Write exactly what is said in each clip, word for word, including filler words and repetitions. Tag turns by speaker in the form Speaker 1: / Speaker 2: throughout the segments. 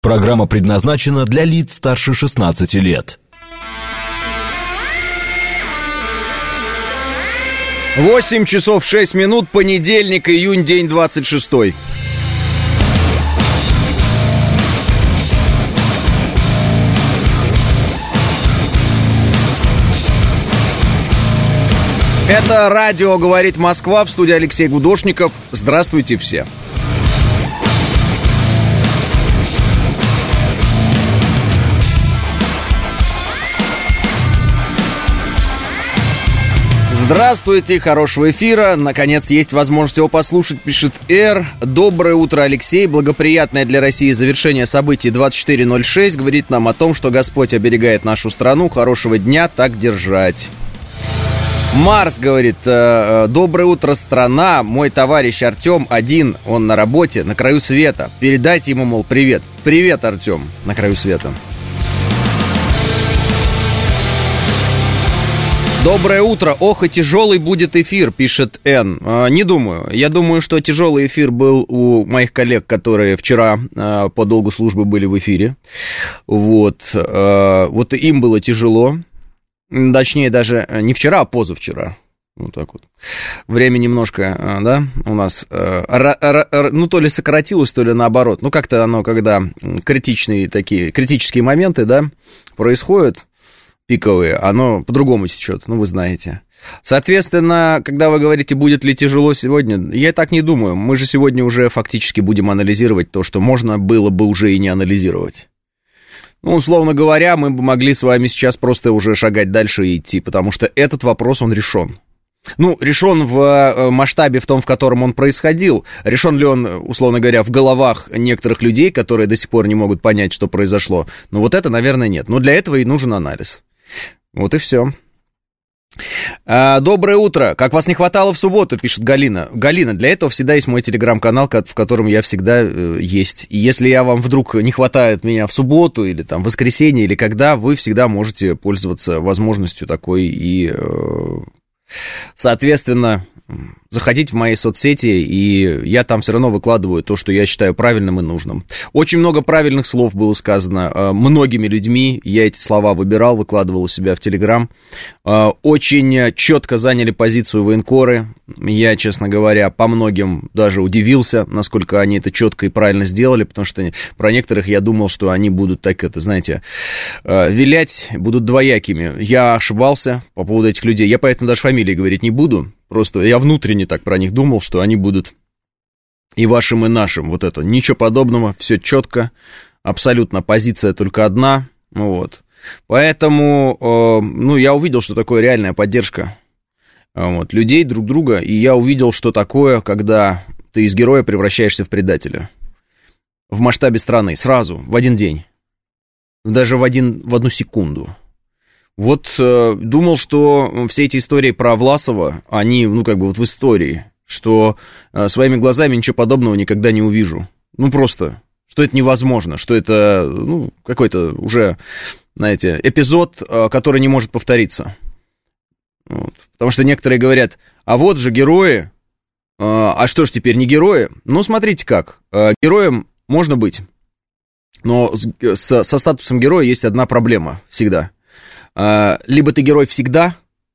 Speaker 1: Программа предназначена для лиц старше шестнадцати лет.
Speaker 2: восемь часов шесть минут, понедельник, июнь, день двадцать шестой. Это радио «Говорит Москва», в студии Алексей Гудошников. Здравствуйте все. Здравствуйте, хорошего эфира. Наконец есть возможность его послушать, пишет Р. Доброе утро, Алексей. Благоприятное для России завершение событий двадцать четыре ноль шесть говорит нам о том, что Господь оберегает нашу страну. Хорошего дня, так держать. Марс говорит: доброе утро, страна. Мой товарищ Артем один, он на работе, на краю света. Передайте ему, мол, привет. Привет, Артем, на краю света. Доброе утро. Ох, и тяжелый будет эфир, пишет Н. Не думаю. Я думаю, что тяжелый эфир был у моих коллег, которые вчера по долгу службы были в эфире. Вот. Вот им было тяжело. Точнее, даже не вчера, а позавчера. Вот так вот. Время немножко, да, у нас, ну, то ли сократилось, то ли наоборот. Ну, как-то оно, когда критичные такие, критические моменты, да, происходят, пиковые, оно по-другому течет, ну, вы знаете. Соответственно, когда вы говорите, будет ли тяжело сегодня, я так не думаю. Мы же сегодня уже фактически будем анализировать то, что можно было бы уже и не анализировать. Ну, условно говоря, мы бы могли с вами сейчас просто уже шагать дальше и идти, потому что этот вопрос, он решен. Ну, решен в масштабе в том, в котором он происходил. Решен ли он, условно говоря, в головах некоторых людей, которые до сих пор не могут понять, что произошло? Ну, вот это, наверное, нет. Но для этого и нужен анализ. Вот и все. Доброе утро. Как вас не хватало в субботу, пишет Галина. Галина, для этого всегда есть мой телеграм-канал, в котором я всегда есть. И если я вам вдруг не хватает меня в субботу или там в воскресенье, или когда, вы всегда можете пользоваться возможностью такой и, соответственно, заходить в мои соцсети, и я там все равно выкладываю то, что я считаю правильным и нужным. Очень много правильных слов было сказано многими людьми, я эти слова выбирал, выкладывал у себя в Телеграм. Очень четко заняли позицию военкоры, я, честно говоря, по многим даже удивился, насколько они это четко и правильно сделали, потому что про некоторых я думал, что они будут, так это, знаете, вилять, будут двоякими. Я ошибался по поводу этих людей, я поэтому даже фамилии говорить не буду. Просто я внутренне так про них думал, что они будут и вашим, и нашим. Вот это, ничего подобного, все четко, абсолютно позиция только одна. Вот. Поэтому, э, ну, я увидел, что такое реальная поддержка вот, людей друг друга, и я увидел, что такое, когда ты из героя превращаешься в предателя. В масштабе страны, сразу, в один день. Даже в, один, в одну секунду. Вот э, думал, что все эти истории про Власова, они, ну, как бы вот в истории, что э, своими глазами ничего подобного никогда не увижу. Ну, просто, что это невозможно, что это, ну, какой-то уже, знаете, эпизод, э, который не может повториться. Вот. Потому что некоторые говорят, а вот же герои, э, а что ж теперь, не герои? Ну, смотрите как, э, героем можно быть, но с, с, со статусом героя есть одна проблема всегда. Либо ты герой всегда,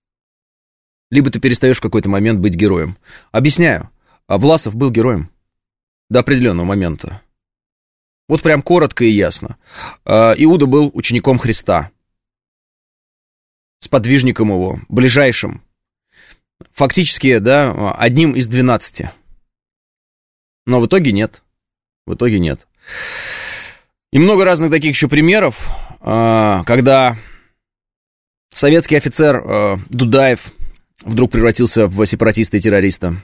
Speaker 2: либо ты перестаешь в какой-то момент быть героем. Объясняю. Власов был героем до определенного момента. Вот прям коротко и ясно. Иуда был учеником Христа, сподвижником его, ближайшим. Фактически, да, одним из двенадцати. Но в итоге нет. В итоге нет. И много разных таких еще примеров, когда советский офицер э, Дудаев вдруг превратился в сепаратиста и террориста.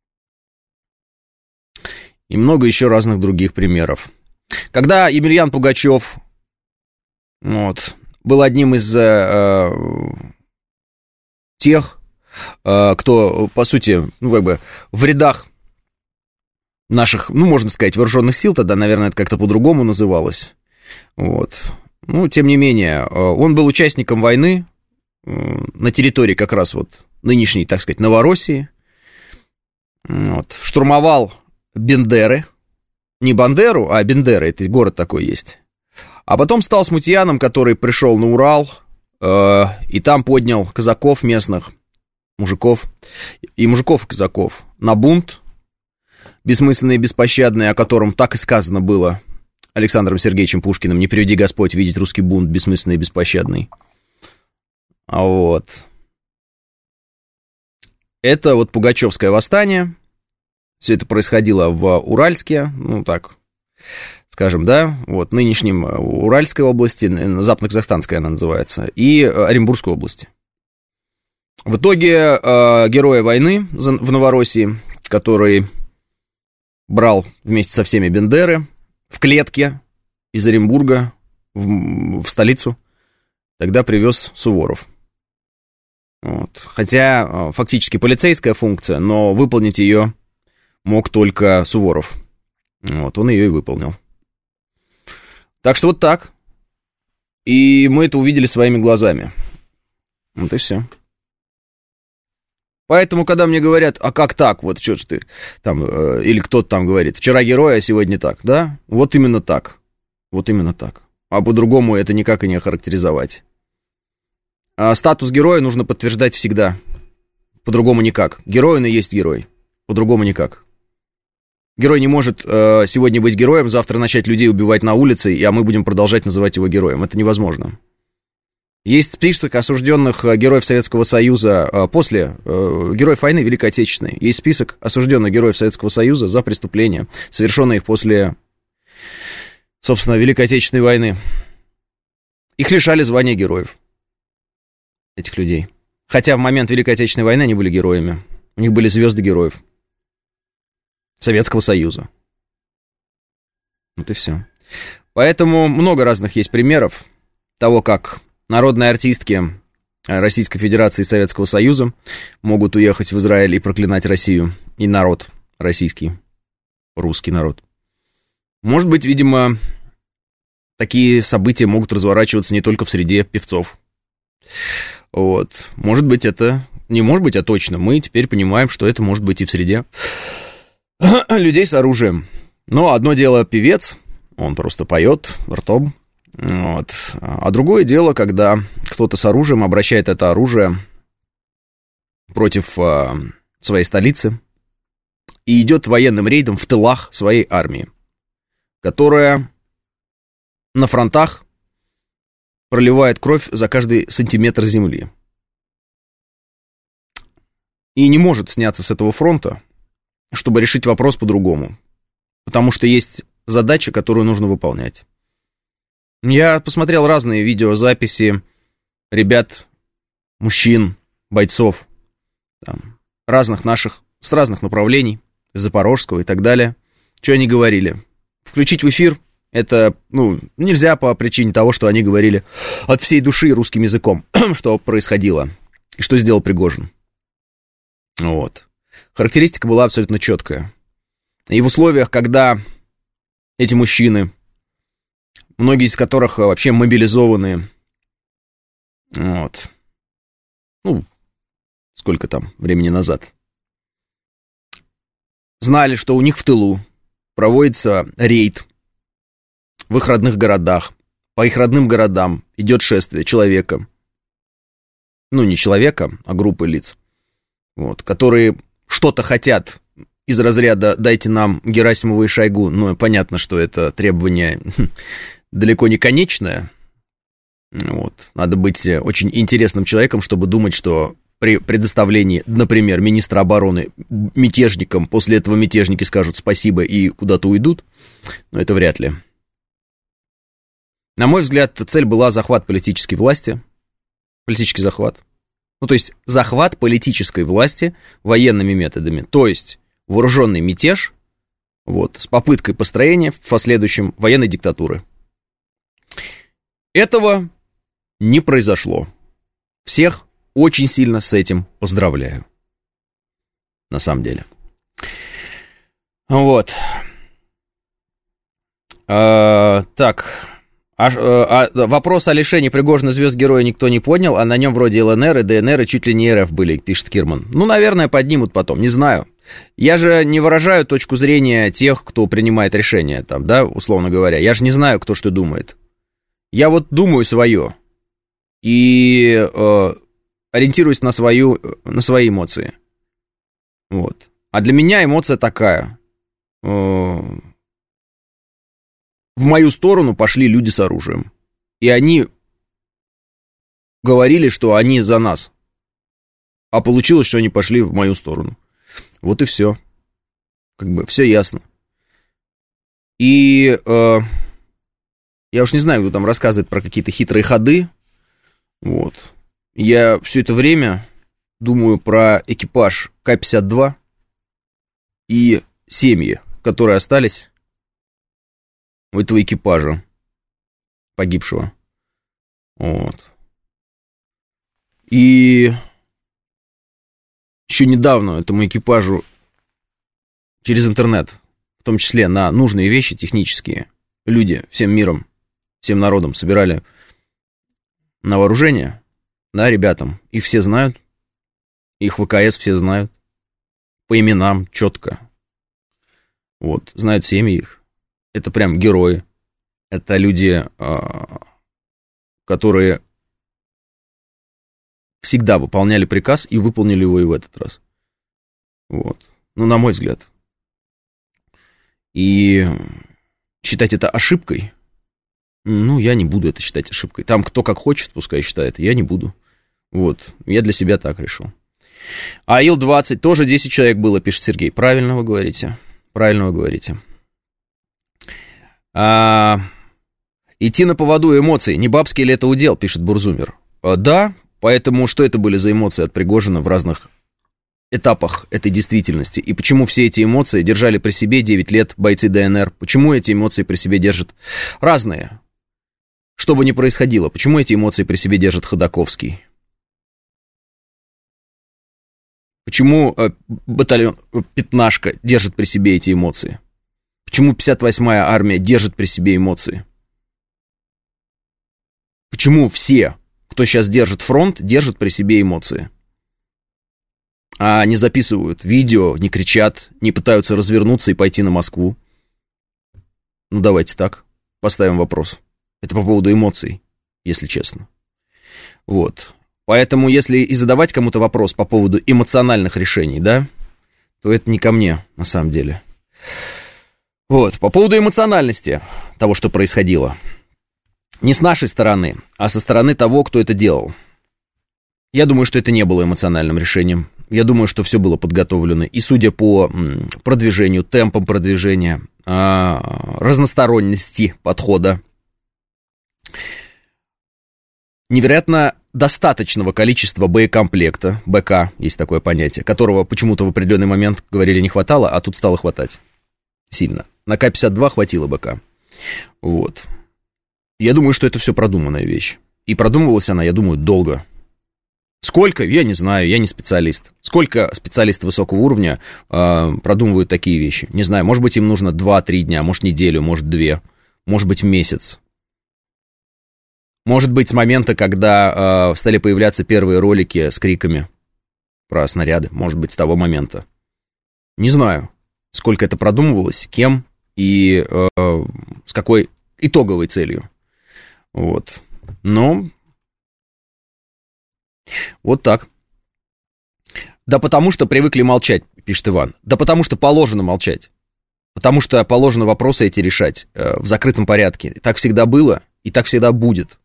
Speaker 2: И много еще разных других примеров. Когда Емельян Пугачев вот, был одним из э, тех, э, кто, по сути, ну, как бы в рядах наших, ну, можно сказать, вооруженных сил, тогда, наверное, это как-то по-другому называлось. Вот. Ну, тем не менее, он был участником войны на территории как раз вот нынешней, так сказать, Новороссии. Вот. Штурмовал Бендеры, не Бандеру, а Бендера, это город такой есть. А потом стал смутьяном, который пришел на Урал, э, и там поднял казаков местных, мужиков, и мужиков и казаков на бунт, бессмысленный и беспощадный, о котором так и сказано было Александром Сергеевичем Пушкиным: «Не приведи Господь видеть русский бунт, бессмысленный и беспощадный». А вот. Это вот Пугачевское восстание. Все это происходило в Уральске, ну так, скажем, да, вот, нынешнем Уральской области, Западно-Казахстанской она называется, и Оренбургской области. В итоге э, героя войны в Новороссии, который брал вместе со всеми Бендеры в клетке из Оренбурга в, в столицу, тогда привез Суворов. Вот. Хотя э, фактически полицейская функция, но выполнить ее мог только Суворов. Вот, он ее и выполнил. Так что вот так. И мы это увидели своими глазами. Вот и все. Поэтому, когда мне говорят: а как так, вот что ж ты там, э, или кто-то там говорит: вчера герой, а сегодня так, да? Вот именно так. Вот именно так. А по-другому это никак и не охарактеризовать. А статус героя нужно подтверждать всегда. По-другому никак. Герой он и есть герой. По-другому никак. Герой не может э, сегодня быть героем, завтра начать людей убивать на улице, а мы будем продолжать называть его героем. Это невозможно. Есть список осужденных героев Советского Союза э, после э, героев войны Великой Отечественной. Есть список осужденных героев Советского Союза за преступления, совершенные после, собственно, Великой Отечественной войны. Их лишали звания героев, этих людей. Хотя в момент Великой Отечественной войны они были героями. У них были звезды героев Советского Союза. Вот и все. Поэтому много разных есть примеров того, как народные артистки Российской Федерации и Советского Союза могут уехать в Израиль и проклинать Россию и народ российский, русский народ. Может быть, видимо, такие события могут разворачиваться не только в среде певцов. Вот. Может быть, это... Не может быть, а точно. Мы теперь понимаем, что это может быть и в среде людей с оружием. Но одно дело певец, он просто поет ртом. Вот. А другое дело, когда кто-то с оружием обращает это оружие против а, своей столицы и идет военным рейдом в тылах своей армии, которая на фронтах проливает кровь за каждый сантиметр земли. И не может сняться с этого фронта, чтобы решить вопрос по-другому. Потому что есть задача, которую нужно выполнять. Я посмотрел разные видеозаписи ребят, мужчин, бойцов, там, разных наших, с разных направлений, с Запорожского и так далее. Что они говорили? Включить в эфир это, ну, нельзя по причине того, что они говорили от всей души русским языком, что происходило и что сделал Пригожин. Вот. Характеристика была абсолютно четкая. И в условиях, когда эти мужчины, многие из которых вообще мобилизованы, вот, ну, сколько там времени назад, знали, что у них в тылу проводится рейд в их родных городах, по их родным городам идет шествие человека, ну, не человека, а группы лиц, вот, которые что-то хотят из разряда «дайте нам Герасимова и Шойгу», но понятно, что это требование далеко не конечное. Вот. Надо быть очень интересным человеком, чтобы думать, что при предоставлении, например, министра обороны мятежникам, после этого мятежники скажут спасибо и куда-то уйдут, но это вряд ли. На мой взгляд, цель была захват политической власти, политический захват. Ну, то есть захват политической власти военными методами, то есть вооруженный мятеж, вот, с попыткой построения в последующем военной диктатуры. Этого не произошло. Всех очень сильно с этим поздравляю. На самом деле. Вот. А, так... А, а, вопрос о лишении Пригожина звезд героя никто не поднял, а на нем вроде ЛНР и ДНР и чуть ли не РФ были, пишет Кирман. Ну, наверное, поднимут потом, не знаю. Я же не выражаю точку зрения тех, кто принимает решения, там, да, условно говоря. Я же не знаю, кто что думает. Я вот думаю свое и э, ориентируюсь на, свою, на свои эмоции. Вот. А для меня эмоция такая. Э, в мою сторону пошли люди с оружием. И они говорили, что они за нас. А получилось, что они пошли в мою сторону. Вот и все. Как бы все ясно. И э, я уж не знаю, кто там рассказывает про какие-то хитрые ходы. Вот. Я все это время думаю про экипаж Ка пятьдесят два и семьи, которые остались у этого экипажа погибшего. Вот. И еще недавно этому экипажу через интернет, в том числе на нужные вещи технические, люди всем миром, всем народом собирали на вооружение, да, ребятам. Их все знают, их ВКС все знают, по именам четко. Вот, знают семьи их. Это прям герои. Это люди, которые всегда выполняли приказ и выполнили его и в этот раз. Вот. Ну, на мой взгляд. И считать это ошибкой, ну, я не буду это считать ошибкой. Там кто как хочет, пускай считает, я не буду. Вот, я для себя так решил. А Ил двадцать тоже десять человек было, пишет Сергей. Правильно вы говорите. Правильно вы говорите. А, идти на поводу эмоций, не бабский ли это удел, пишет Бурзумер. А, да, поэтому что это были за эмоции от Пригожина в разных этапах этой действительности? И почему все эти эмоции держали при себе девять лет бойцы ДНР? Почему эти эмоции при себе держат разные? Что бы ни происходило, почему эти эмоции при себе держит Ходаковский? Почему э, батальон э, Пятнашка держит при себе эти эмоции? Почему пятьдесят восьмая армия держит при себе эмоции? Почему все, кто сейчас держит фронт, держат при себе эмоции? А не записывают видео, не кричат, не пытаются развернуться и пойти на Москву? Ну, давайте так, поставим вопрос. Это по поводу эмоций, если честно. Вот. Поэтому, если и задавать кому-то вопрос по поводу эмоциональных решений, да, то это не ко мне, на самом деле. Вот. По поводу эмоциональности того, что происходило. Не с нашей стороны, а со стороны того, кто это делал. Я думаю, что это не было эмоциональным решением. Я думаю, что все было подготовлено. И судя по продвижению, темпам продвижения, разносторонности подхода, невероятно достаточного количества боекомплекта, БК, есть такое понятие, которого почему-то в определенный момент, говорили, не хватало, а тут стало хватать сильно. На Ка пятьдесят два хватило БК. Вот. Я думаю, что это все продуманная вещь. И продумывалась она, я думаю, долго. Сколько? Я не знаю, я не специалист. Сколько специалисты высокого уровня э, продумывают такие вещи? Не знаю, может быть, им нужно два-три дня, может, неделю, может, две, может быть, месяц. Может быть, с момента, когда э, стали появляться первые ролики с криками про снаряды, может быть, с того момента. Не знаю, сколько это продумывалось, кем и э, с какой итоговой целью. Вот. Но вот так. Да потому что привыкли молчать, пишет Иван. Да потому что положено молчать. Потому что положено вопросы эти решать э, в закрытом порядке. Так всегда было и так всегда будет.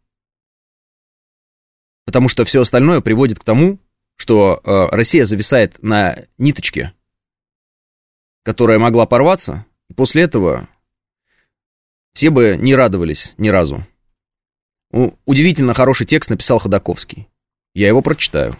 Speaker 2: Потому что все остальное приводит к тому, что э, Россия зависает на ниточке, которая могла порваться, и после этого все бы не радовались ни разу. У, удивительно хороший текст написал Ходаковский. Я его прочитаю.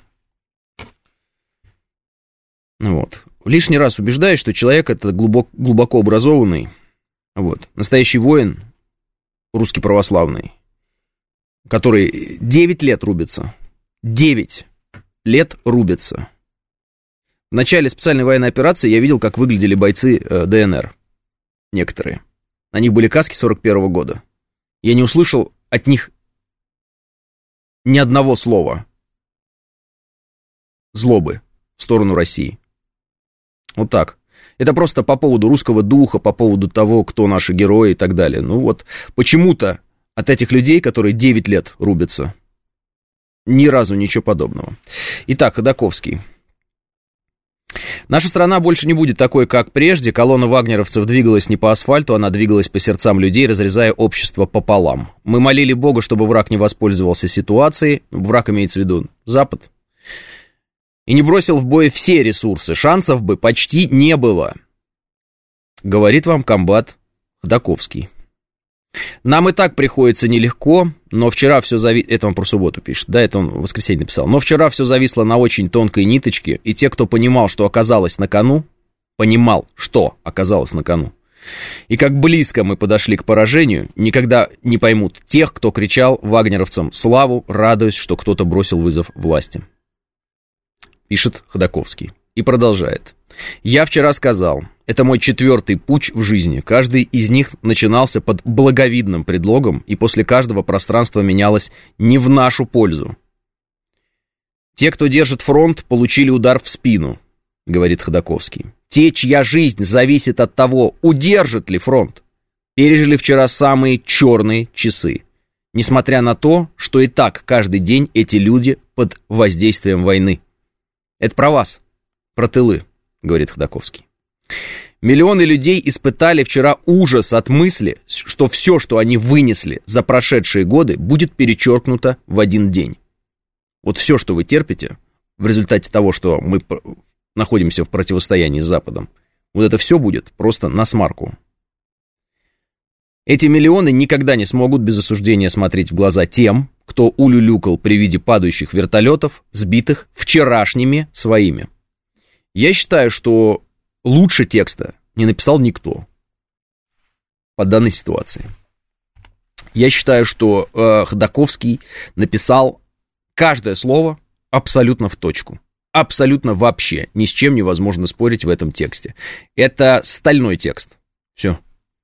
Speaker 2: Вот. Лишний раз убеждаюсь, что человек это глубок, глубоко образованный, вот, настоящий воин, русский православный, который девять лет рубится. девять лет рубится. В начале специальной военной операции я видел, как выглядели бойцы э, ДНР. Некоторые. На них были каски сорок первого года. Я не услышал от них ни одного слова злобы в сторону России. Вот так. Это просто по поводу русского духа, по поводу того, кто наши герои и так далее. Ну вот, почему-то от этих людей, которые девять лет рубятся, ни разу ничего подобного. Итак, Ходаковский. Наша страна больше не будет такой, как прежде. Колонна вагнеровцев двигалась не по асфальту, она двигалась по сердцам людей, разрезая общество пополам. Мы молили Бога, чтобы враг не воспользовался ситуацией, враг имеется в виду Запад, и не бросил в бой все ресурсы. Шансов бы почти не было, говорит вам комбат Ходаковский. Нам и так приходится нелегко, но вчера все зависло... Это он про субботу пишет, да, это он в воскресенье написал. Но вчера все зависло на очень тонкой ниточке, и те, кто понимал, что оказалось на кону, понимал, что оказалось на кону, и как близко мы подошли к поражению, никогда не поймут тех, кто кричал вагнеровцам славу, радуясь, что кто-то бросил вызов власти. Пишет Ходаковский. И продолжает. Я вчера сказал, это мой четвертый путч в жизни. Каждый из них начинался под благовидным предлогом, и после каждого пространство менялось не в нашу пользу. Те, кто держит фронт, получили удар в спину, говорит Ходаковский. Те, чья жизнь зависит от того, удержит ли фронт, пережили вчера самые черные часы. Несмотря на то, что и так каждый день эти люди под воздействием войны. Это про вас, про тылы, говорит Ходаковский. Миллионы людей испытали вчера ужас от мысли, что все, что они вынесли за прошедшие годы, будет перечеркнуто в один день. Вот все, что вы терпите в результате того, что мы находимся в противостоянии с Западом, вот это все будет просто насмарку. Эти миллионы никогда не смогут без осуждения смотреть в глаза тем, кто улюлюкал при виде падающих вертолетов, сбитых вчерашними своими. Я считаю, что лучше текста не написал никто по данной ситуации. Я считаю, что э, Ходаковский написал каждое слово абсолютно в точку. Абсолютно вообще. Ни с чем невозможно спорить в этом тексте. Это стальной текст. Все.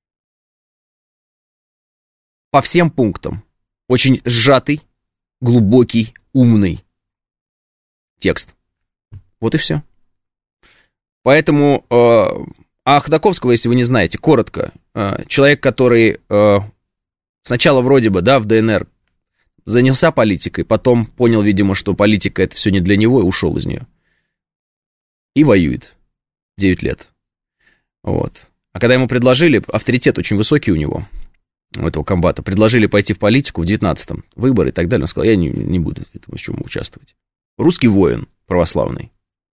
Speaker 2: По всем пунктам. Очень сжатый, глубокий, умный текст. Вот и все. Поэтому, э, а Ходаковского, если вы не знаете, коротко, э, человек, который э, сначала вроде бы, да, в ДНР занялся политикой, потом понял, видимо, что политика это все не для него, и ушел из нее. И воюет девять лет. Вот. А когда ему предложили, авторитет очень высокий у него, у этого комбата, предложили пойти в политику в девятнадцатом, выборы и так далее, он сказал, я не, не буду в этом, в чем участвовать. Русский воин православный.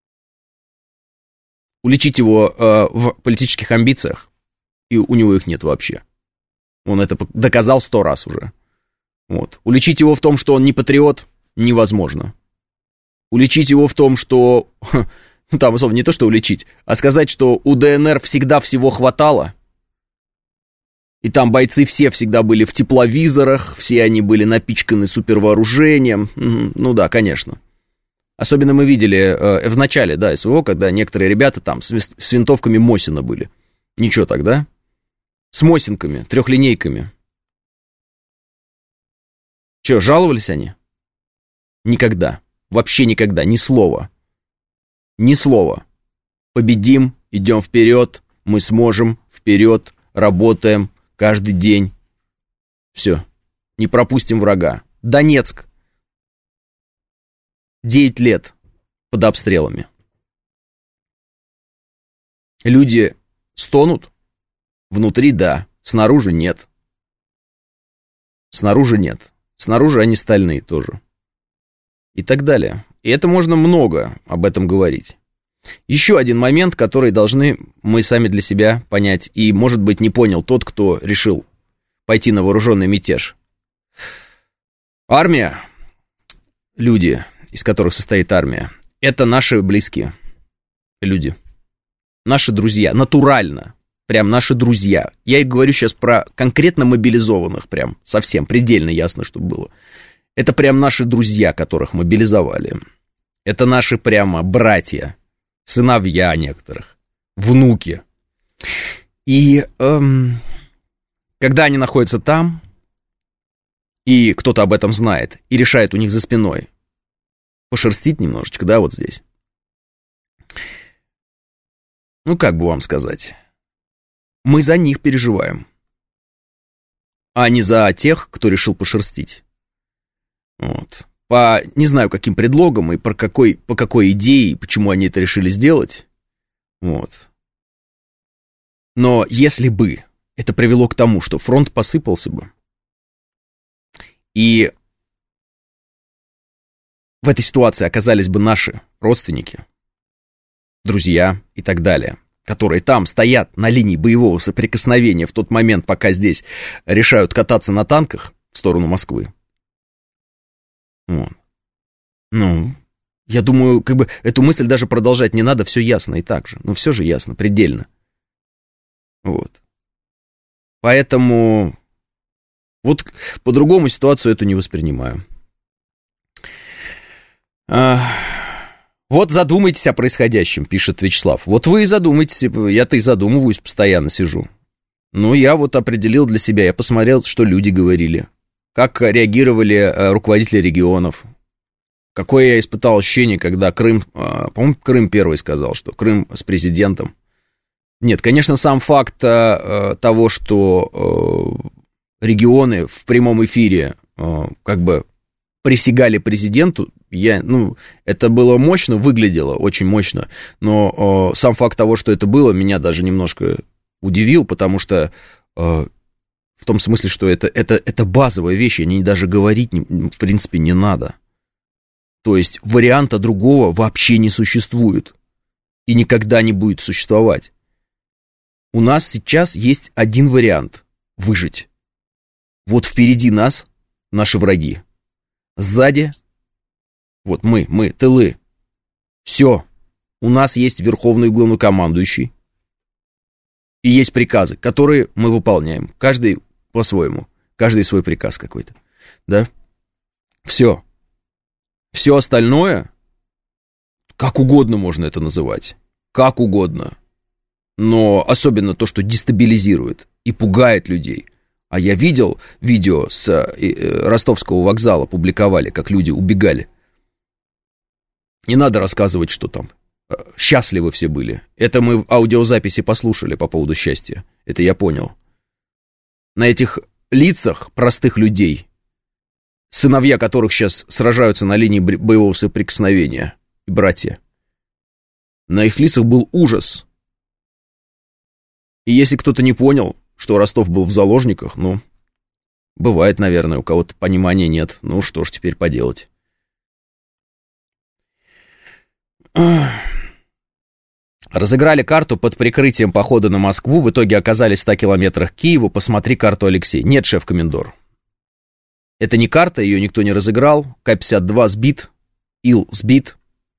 Speaker 2: Уличить его э, в политических амбициях, и у него их нет вообще. Он это доказал сто раз уже. Вот. Уличить его в том, что он не патриот, невозможно. Уличить его в том, что... Ну, там, условно, не то, что уличить, а сказать, что у ДНР всегда всего хватало, и там бойцы все всегда были в тепловизорах, все они были напичканы супервооружением. Ну да, конечно. Особенно мы видели э, в начале, да, СВО, когда некоторые ребята там с, с винтовками Мосина были. Ничего так, да? С Мосинками, трехлинейками. Че, жаловались они? Никогда. Вообще никогда. Ни слова. Ни слова. Победим, идем вперед, мы сможем, вперед, работаем каждый день. Все. Не пропустим врага. Донецк. девять лет под обстрелами. Люди стонут. Внутри да, снаружи нет. Снаружи нет. Снаружи они стальные тоже. И так далее. И это можно много об этом говорить. Еще один момент, который должны мы сами для себя понять. И, может быть, не понял тот, кто решил пойти на вооруженный мятеж. Армия, люди, из которых состоит армия, это наши близкие люди. Наши друзья, натурально. Прям наши друзья. Я и говорю сейчас про конкретно мобилизованных, прям совсем предельно ясно, чтобы было. Это прям наши друзья, которых мобилизовали. Это наши прямо братья, сыновья некоторых, внуки. И эм, когда они находятся там, и кто-то об этом знает, и решает у них за спиной пошерстить немножечко, да, вот здесь. ну, как бы вам сказать, мы за них переживаем, а не за тех, кто решил пошерстить. Вот. По не знаю каким предлогам и по какой, по какой идее, почему они это решили сделать. Вот. Но если бы это привело к тому, что фронт посыпался бы, и в этой ситуации оказались бы наши родственники, друзья и так далее, которые там стоят на линии боевого соприкосновения в тот момент, пока здесь решают кататься на танках в сторону Москвы. Вот. Ну, я думаю, как бы эту мысль даже продолжать не надо, все ясно и так же. Ну, все же ясно, предельно. Вот. Поэтому вот по-другому ситуацию эту не воспринимаю. А, вот задумайтесь о происходящем, пишет Вячеслав. Вот вы и задумайтесь, я-то и задумываюсь, постоянно сижу. Ну, я вот определил для себя, я посмотрел, что люди говорили, как реагировали руководители регионов. Какое я испытал ощущение, когда Крым, по-моему, Крым первый сказал, что Крым с президентом. Нет, конечно, сам факт того, что регионы в прямом эфире как бы присягали президенту, я, ну, это было мощно, выглядело очень мощно, но сам факт того, что это было, меня даже немножко удивил, потому что в том смысле, что это, это, это базовая вещь, о ней даже говорить, в принципе, не надо. То есть варианта другого вообще не существует и никогда не будет существовать. У нас сейчас есть один вариант – выжить. Вот впереди нас наши враги. Сзади, вот мы, мы, тылы. Все. У нас есть верховный главнокомандующий. И есть приказы, которые мы выполняем. Каждый по-своему. Каждый свой приказ какой-то. Да? Все. Все остальное, как угодно можно это называть. Как угодно. Но особенно то, что дестабилизирует и пугает людей. А я видел видео с ростовского вокзала, публиковали, как люди убегали. Не надо рассказывать, что там. Счастливы все были. Это мы в аудиозаписи послушали по поводу счастья. Это я понял. На этих лицах простых людей, сыновья которых сейчас сражаются на линии боевого соприкосновения, и братья, на их лицах был ужас. И если кто-то не понял, что Ростов был в заложниках, ну, бывает, наверное, у кого-то понимания нет. Ну, что ж теперь поделать. Разыграли карту под прикрытием похода на Москву, в итоге оказались в ста километрах к Киеву. Посмотри карту, Алексей. Нет, шеф-комендор. Это не карта, ее никто не разыграл. К пятьдесят два сбит, Ил сбит.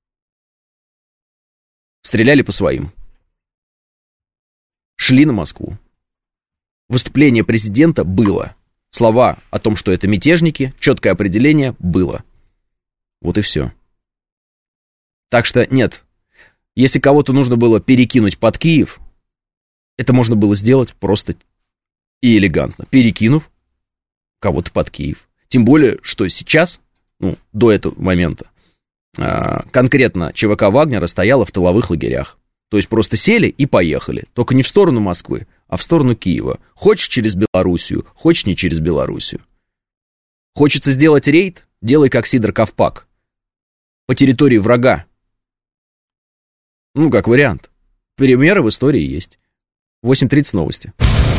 Speaker 2: Стреляли по своим. Шли на Москву. Выступление президента было. Слова о том, что это мятежники, четкое определение было. Вот и все. Так что нет, если кого-то нужно было перекинуть под Киев, это можно было сделать просто и элегантно, перекинув кого-то под Киев. Тем более, что сейчас, ну, до этого момента, конкретно ЧВК Вагнера стояла в тыловых лагерях. То есть просто сели и поехали. Только не в сторону Москвы, а в сторону Киева. Хочешь через Белоруссию, хочешь не через Белоруссию. Хочется сделать рейд? Делай как Сидор Ковпак. По территории врага. Ну, как вариант. Примеры в истории есть. восемь тридцать новости.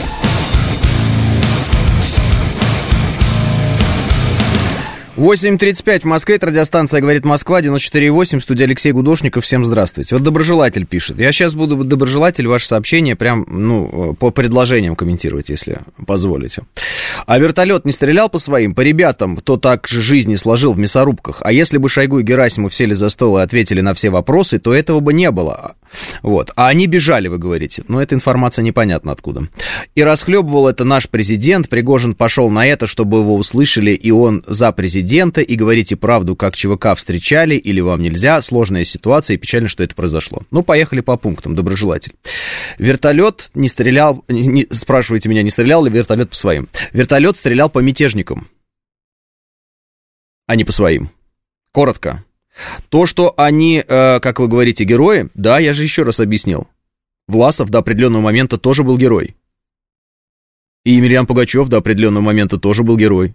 Speaker 2: восемь тридцать пять в Москве, это радиостанция «Говорит Москва», девяносто четыре и восемь, студия Алексей Гудошников, всем здравствуйте. Вот доброжелатель пишет, я сейчас буду, доброжелатель, ваше сообщение прям, ну, по предложениям комментировать, если позволите. А вертолет не стрелял по своим, по ребятам, кто так же жизни сложил в мясорубках, а если бы Шойгу и Герасимов сели за стол и ответили на все вопросы, то этого бы не было. Вот, а они бежали, вы говорите, но эта информация непонятна откуда. И расхлебывал это наш президент, Пригожин пошел на это, чтобы его услышали, и он за президента. И говорите правду, как ЧВК встречали, или вам нельзя, сложная ситуация, и печально, что это произошло. Ну, поехали по пунктам, доброжелатель. Вертолет не стрелял, не, спрашиваете меня, не стрелял ли вертолет по своим? Вертолет стрелял по мятежникам, а не по своим. Коротко. То, что они, э, как вы говорите, герои, да, я же еще раз объяснил. Власов до определенного момента тоже был герой. И Емельян Пугачев до определенного момента тоже был герой.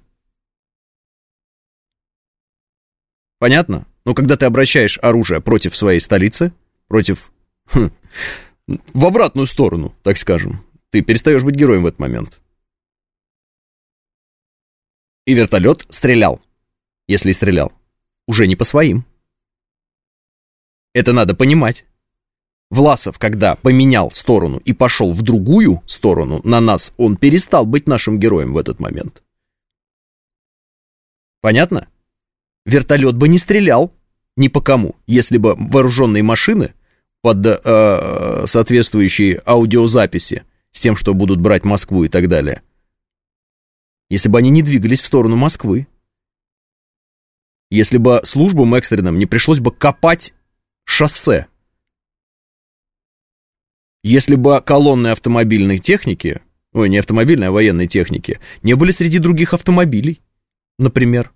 Speaker 2: Понятно? Но когда ты обращаешь оружие против своей столицы, против... Хм, в обратную сторону, так скажем, ты перестаешь быть героем в этот момент. И вертолет стрелял, если и стрелял, уже не по своим. Это надо понимать. Власов, когда поменял сторону и пошел в другую сторону на нас, он перестал быть нашим героем в этот момент. Понятно? Вертолет бы не стрелял ни по кому, если бы вооруженные машины под э, соответствующие аудиозаписи с тем, что будут брать Москву и так далее, если бы они не двигались в сторону Москвы, если бы службам экстренным не пришлось бы копать шоссе, если бы колонны автомобильной техники, ой, не автомобильной, а военной техники, не были среди других автомобилей, например.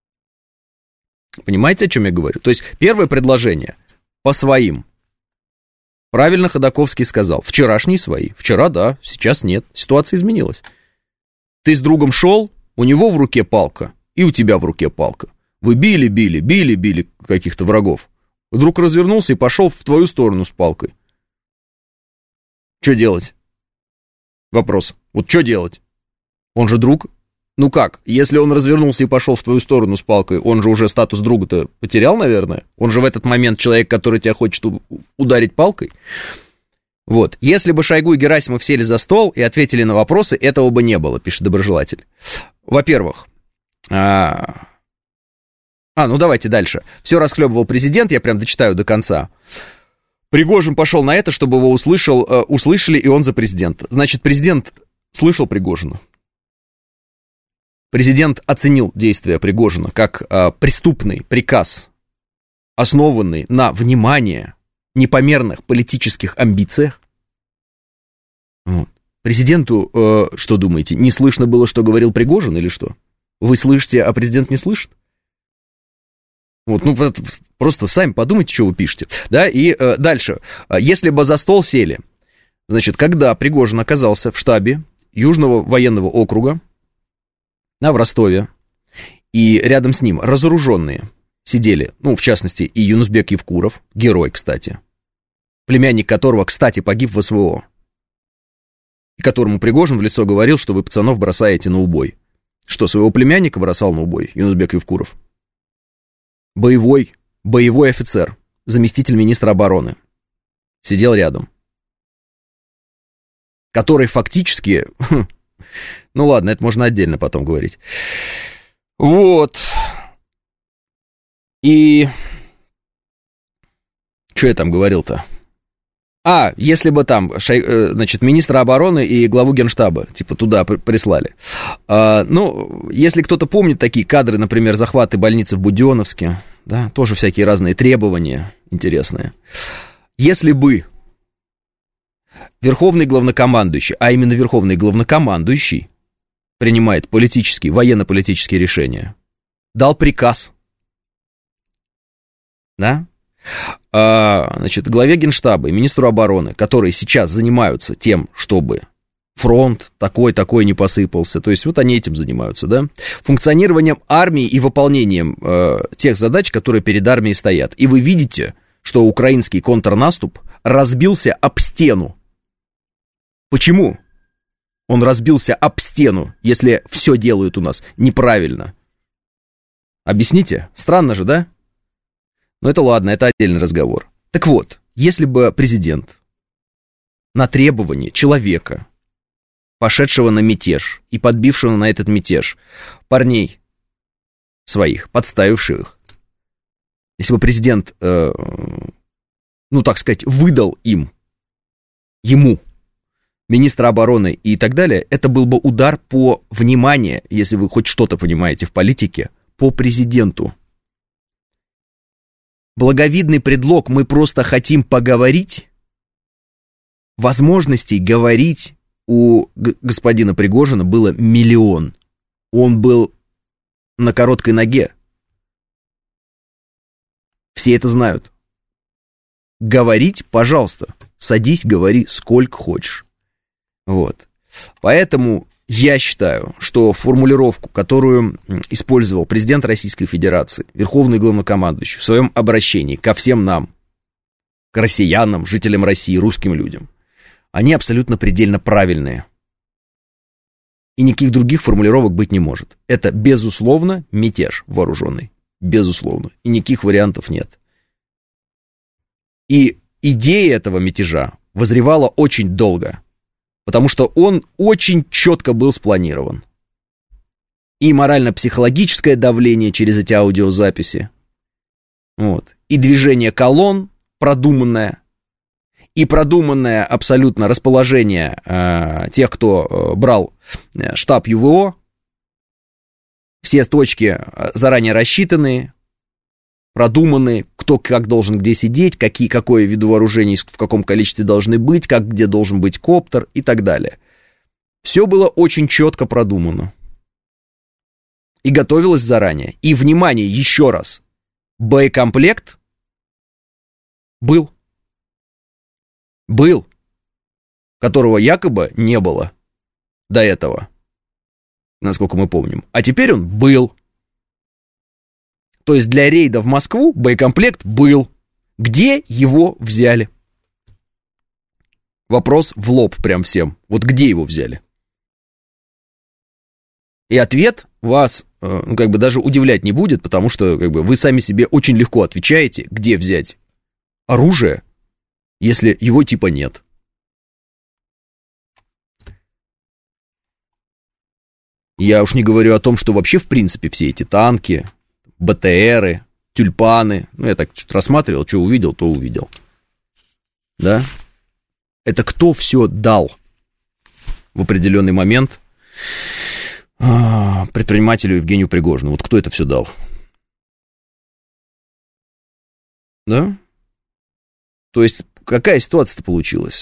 Speaker 2: Понимаете, о чем я говорю? То есть первое предложение по своим. Правильно Ходаковский сказал. Вчерашние свои. Вчера да, сейчас нет. Ситуация изменилась. Ты с другом шел, у него в руке палка, и у тебя в руке палка. Вы били, били, били, били каких-то врагов. Вдруг развернулся и пошел в твою сторону с палкой. Что делать? Вопрос. Вот что делать? Он же друг. Ну как, если он развернулся и пошел в твою сторону с палкой, он же уже статус друга-то потерял, наверное? Он же в этот момент человек, который тебя хочет ударить палкой. Вот, если бы Шойгу и Герасимов сели за стол и ответили на вопросы, этого бы не было, пишет доброжелатель. Во-первых, а, а ну давайте дальше. Все расхлебывал президент, я прям дочитаю до конца. Пригожин пошел на это, чтобы его услышал, услышали, и он за президента. Значит, президент слышал Пригожина. Президент оценил действия Пригожина как а, преступный приказ, основанный на внимании, непомерных политических амбициях. Вот. Президенту, э, что думаете, не слышно было, что говорил Пригожин или что? Вы слышите, а президент не слышит? Вот, ну, просто сами подумайте, что вы пишете. Да, и э, дальше. Если бы за стол сели, значит, когда Пригожин оказался в штабе Южного военного округа, на в Ростове, и рядом с ним разоруженные сидели, ну, в частности, и Юнусбек Евкуров, герой, кстати, племянник которого, кстати, погиб в СВО, и которому Пригожин в лицо говорил, что вы пацанов бросаете на убой. Что, своего племянника бросал на убой Юнусбек Евкуров? Боевой, боевой офицер, заместитель министра обороны, сидел рядом, который фактически... Ну ладно, это можно отдельно потом говорить. Вот. И... Что я там говорил-то? А, если бы там, значит, министра обороны и главу Генштаба, типа, туда прислали. А, ну, если кто-то помнит такие кадры, например, захваты больницы в Буденновске, да, тоже всякие разные требования интересные. Если бы верховный главнокомандующий, а именно верховный главнокомандующий, принимает политические, военно-политические решения, дал приказ, да, а, значит, главе Генштаба и министру обороны, которые сейчас занимаются тем, чтобы фронт такой-такой не посыпался, то есть вот они этим занимаются, да, функционированием армии и выполнением э, тех задач, которые перед армией стоят. И вы видите, что украинский контрнаступ разбился об стену. Почему? Он разбился об стену, если все делают у нас неправильно. Объясните? Странно же, да? Но это ладно, это отдельный разговор. Так вот, если бы президент на требование человека, пошедшего на мятеж и подбившего на этот мятеж парней своих, подставивших их, если бы президент, э, ну так сказать, выдал им, ему, министра обороны и так далее, это был бы удар по вниманию, если вы хоть что-то понимаете в политике, по президенту. Благовидный предлог «мы просто хотим поговорить», возможностей говорить у г- господина Пригожина было миллион. Он был на короткой ноге. Все это знают. Говорить, пожалуйста. садись, говори сколько хочешь. Вот. Поэтому я считаю, что формулировку, которую использовал президент Российской Федерации, верховный главнокомандующий в своем обращении ко всем нам, к россиянам, жителям России, русским людям, они абсолютно предельно правильные. И никаких других формулировок быть не может. Это, безусловно, мятеж вооруженный. Безусловно. И никаких вариантов нет. И идея этого мятежа возревала очень долго. Потому что он очень четко был спланирован. И морально-психологическое давление через эти аудиозаписи. Вот. И движение колонн продуманное. И продуманное абсолютно расположение э, тех, кто э, брал штаб ЮВО. Все точки заранее рассчитанные, продуманные, кто как должен где сидеть, какие, какое виду вооружений в каком количестве должны быть, как где должен быть коптер и так далее. Все было очень четко продумано. И готовилось заранее. И, внимание, еще раз, боекомплект был. Был. Которого якобы не было до этого, насколько мы помним. А теперь он был. То есть для рейда в Москву боекомплект был. Где его взяли? Вопрос в лоб прям всем. Вот где его взяли? И ответ вас, ну, как бы даже удивлять не будет, потому что как бы, вы сами себе очень легко отвечаете, где взять оружие, если его типа нет. Я уж не говорю о том, что вообще, в принципе, все эти танки, БТРы, тюльпаны, ну, я так что-то рассматривал, что увидел, то увидел. Да? Это кто все дал в определенный момент предпринимателю Евгению Пригожину? Вот кто это все дал? Да? То есть, какая ситуация-то получилась?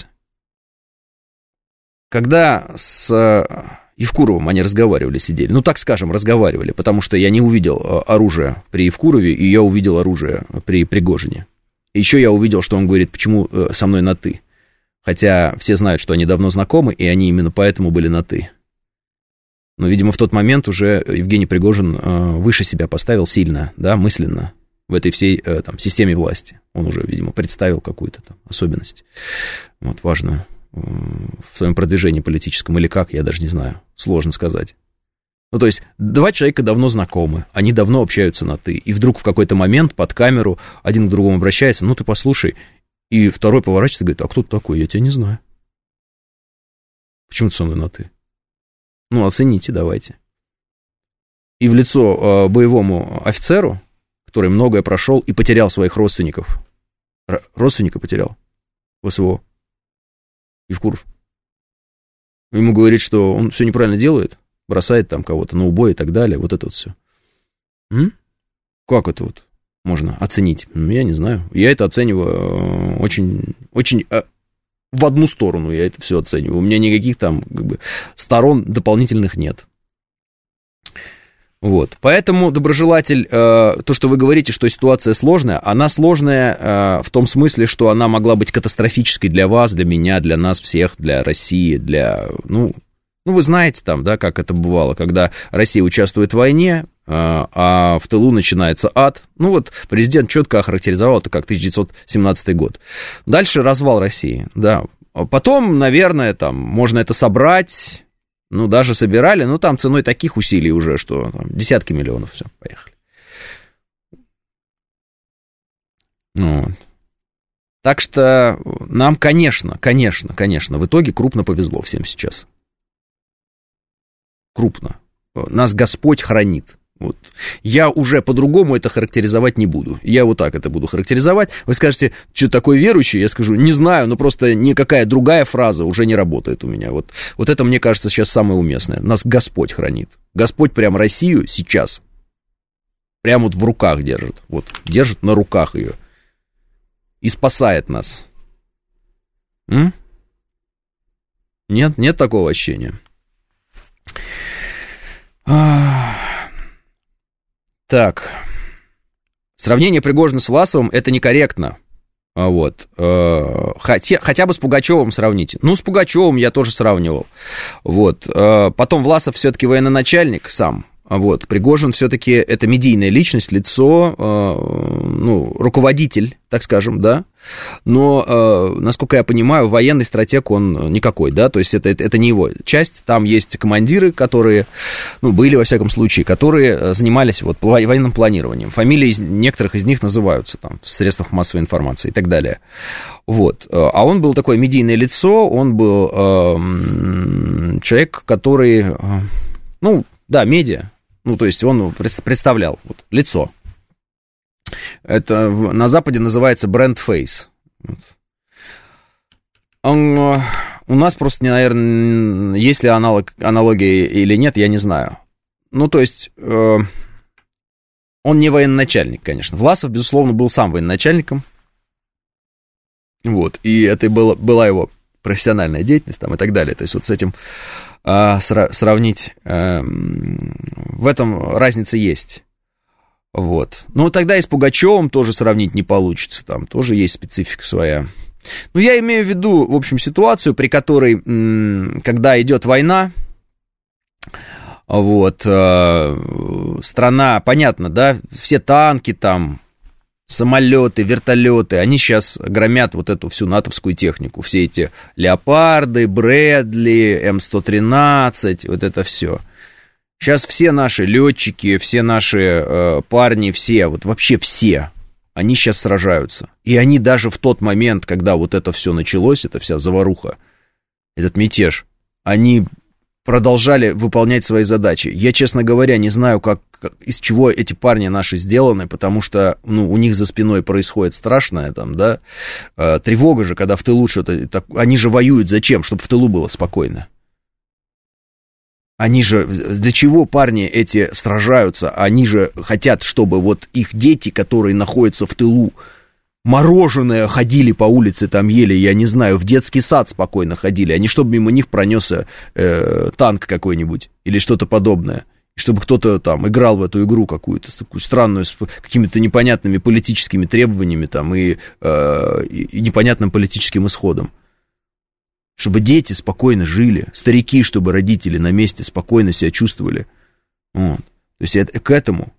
Speaker 2: Когда с Евкуровым они разговаривали, сидели, ну, так скажем, разговаривали, потому что я не увидел оружие при Евкурове, и я увидел оружие при Пригожине. Еще я увидел, что он говорит, почему со мной на «ты». Хотя все знают, что они давно знакомы, и они именно поэтому были на «ты». Но, видимо, в тот момент уже Евгений Пригожин выше себя поставил сильно, да, мысленно, в этой всей там, системе власти. Он уже, видимо, представил какую-то там особенность, вот, важную в своем продвижении политическом, или как, я даже не знаю, сложно сказать. Ну, то есть, два человека давно знакомы, они давно общаются на «ты», и вдруг в какой-то момент под камеру один к другому обращается, ну, ты послушай, и второй поворачивается и говорит, а кто ты такой, я тебя не знаю. Почему ты со мной на «ты»? Ну, оцените, давайте. И в лицо э, боевому офицеру, который многое прошел и потерял своих родственников, Р- родственника потерял в СВО, Евкуров, ему говорит, что он все неправильно делает, бросает там кого-то на убой и так далее, вот это вот все. М? Как это вот можно оценить? Ну, я не знаю. Я это оцениваю очень, очень в одну сторону, я это все оцениваю. У меня никаких там как бы сторон дополнительных нет. Вот, поэтому, доброжелатель, э, то, что вы говорите, что ситуация сложная, она сложная э, в том смысле, что она могла быть катастрофической для вас, для меня, для нас всех, для России, для, ну, ну вы знаете там, да, как это бывало, когда Россия участвует в войне, э, а в тылу начинается ад. Ну вот, президент четко охарактеризовал это как тысяча девятьсот семнадцатый год. Дальше развал России, да. Потом, наверное, там, можно это собрать... Ну, даже собирали, но там ценой таких усилий уже, что там, десятки миллионов, все, поехали. Ну, вот. Так что нам, конечно, конечно, конечно, в итоге крупно повезло всем сейчас. Крупно. Нас Господь хранит. Вот. Я уже по-другому это характеризовать не буду. Я вот так это буду характеризовать. Вы скажете, что такое верующий? Я скажу, не знаю, но просто никакая другая фраза уже не работает у меня. Вот, вот это, мне кажется, сейчас самое уместное. Нас Господь хранит. Господь прям Россию сейчас прям вот в руках держит. Вот, держит на руках ее. И спасает нас. М? Нет, нет такого ощущения. Так, сравнение Пригожина с Власовым – это некорректно. Вот. Хотя, хотя бы с Пугачевым сравните. Ну, с Пугачевым я тоже сравнивал. Вот. Потом Власов все-таки военачальник сам. Вот. Пригожин все-таки это медийная личность, лицо, ну, руководитель, так скажем, да. Но, насколько я понимаю, военный стратег он никакой, да, то есть это, это, это не его часть. Там есть командиры, которые, ну, были, во всяком случае, которые занимались вот военным планированием. Фамилии некоторых из них называются там в средствах массовой информации и так далее. Вот. А он был такое медийное лицо, он был э, человек, который, э, ну, да, медиа, ну, то есть он представлял вот, лицо. Это на Западе называется бренд-фейс. Он, у нас просто, наверное, есть ли аналог, аналогия или нет, я не знаю. Ну, то есть, э, он не военачальник, конечно. Власов, безусловно, был сам военачальником. Вот, и это было, была его профессиональная деятельность там, и так далее. То есть, вот с этим э, сра- сравнить, э, в этом разница есть. Вот. Ну, тогда и с Пугачевым тоже сравнить не получится, там тоже есть специфика своя. Ну, я имею в виду, в общем, ситуацию, при которой, когда идет война, вот, страна, понятно, да, все танки там, самолеты, вертолеты, они сейчас громят вот эту всю натовскую технику, все эти леопарды, Брэдли, эм сто тринадцать, вот это все. Сейчас все наши летчики, все наши э, парни, все, вот вообще все, они сейчас сражаются. И они даже в тот момент, когда вот это все началось, эта вся заваруха, этот мятеж, они продолжали выполнять свои задачи. Я, честно говоря, не знаю, как, как, из чего эти парни наши сделаны, потому что, ну, у них за спиной происходит страшное там, да, э, тревога же, когда в тылу что-то, так, они же воюют зачем? Чтобы в тылу было спокойно. Они же, для чего парни эти сражаются? Они же хотят, чтобы вот их дети, которые находятся в тылу, мороженое ходили по улице, там ели, я не знаю, в детский сад спокойно ходили, а не чтобы мимо них пронесся э, танк какой-нибудь или что-то подобное. И чтобы кто-то там играл в эту игру какую-то, такую странную, с какими-то непонятными политическими требованиями там и, э, и непонятным политическим исходом. Чтобы дети спокойно жили, старики, чтобы родители на месте спокойно себя чувствовали. Вот. То есть это к этому.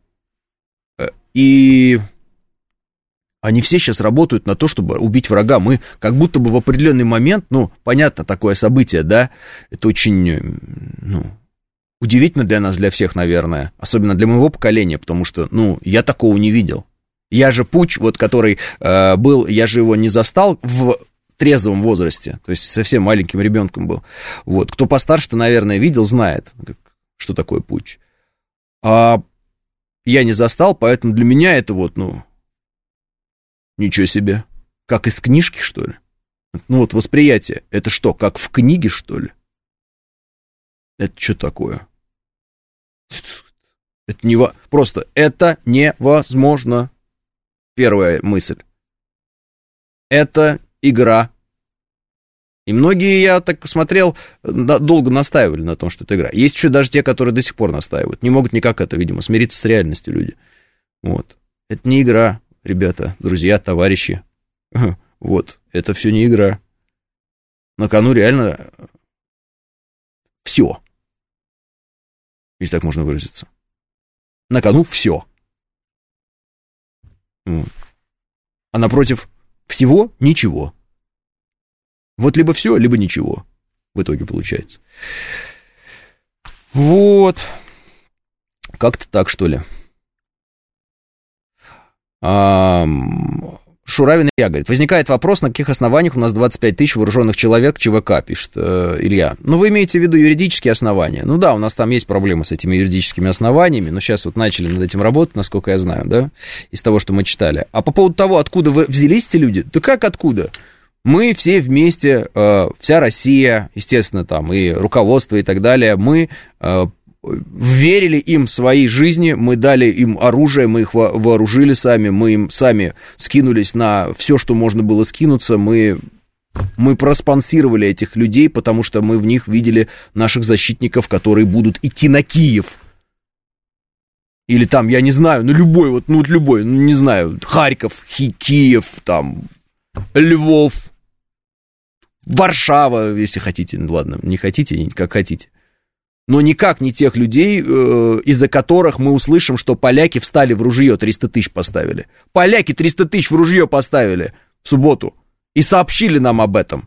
Speaker 2: И они все сейчас работают на то, чтобы убить врага. Мы как будто бы в определенный момент, ну, понятно, такое событие, да, это очень, ну, удивительно для нас, для всех, наверное, особенно для моего поколения, потому что, ну, я такого не видел. Я же путч, вот, который э, был, я же его не застал в трезвом возрасте, то есть совсем маленьким ребенком был. Вот. Кто постарше-то, наверное, видел, знает, что такое путч. А я не застал, поэтому для меня это вот, ну, ничего себе. Как из книжки, что ли? Ну вот восприятие, это что, как в книге, что ли? Это что такое? Это не... Просто это невозможно. Первая мысль. Это игра. И многие, я так смотрел, долго настаивали на том, что это игра. Есть еще даже те, которые до сих пор настаивают. Не могут никак это, видимо, смириться с реальностью люди. Вот. Это не игра, ребята, друзья, товарищи. Вот. Это все не игра. На кону реально все. Если так можно выразиться. На кону все. Вот. А напротив всего ничего. Вот либо все, либо ничего. В итоге получается. Вот. Как-то так, что ли. А, Шуравин Илья говорит, возникает вопрос, на каких основаниях у нас двадцать пять тысяч вооруженных человек ЧВК, пишет э, Илья. Ну, вы имеете в виду юридические основания? Ну да, у нас там есть проблемы с этими юридическими основаниями, но сейчас вот начали над этим работать, насколько я знаю, да, из того, что мы читали. А по поводу того, откуда вы взялись эти люди, да как откуда? Мы все вместе, э, вся Россия, естественно, там и руководство и так далее, мы... Э, верили им в своей жизни, мы дали им оружие, мы их вооружили сами, мы им сами скинулись на все, что можно было скинуться, мы, мы проспонсировали этих людей, потому что мы в них видели наших защитников, которые будут идти на Киев. Или там, я не знаю, ну любой, вот, ну любой, ну не знаю, Харьков, Хи, Киев, там, Львов, Варшава, если хотите, ладно, не хотите, как хотите. Но никак не тех людей, из-за которых мы услышим, что поляки встали в ружье, триста тысяч поставили. Поляки триста тысяч в ружье поставили в субботу и сообщили нам об этом.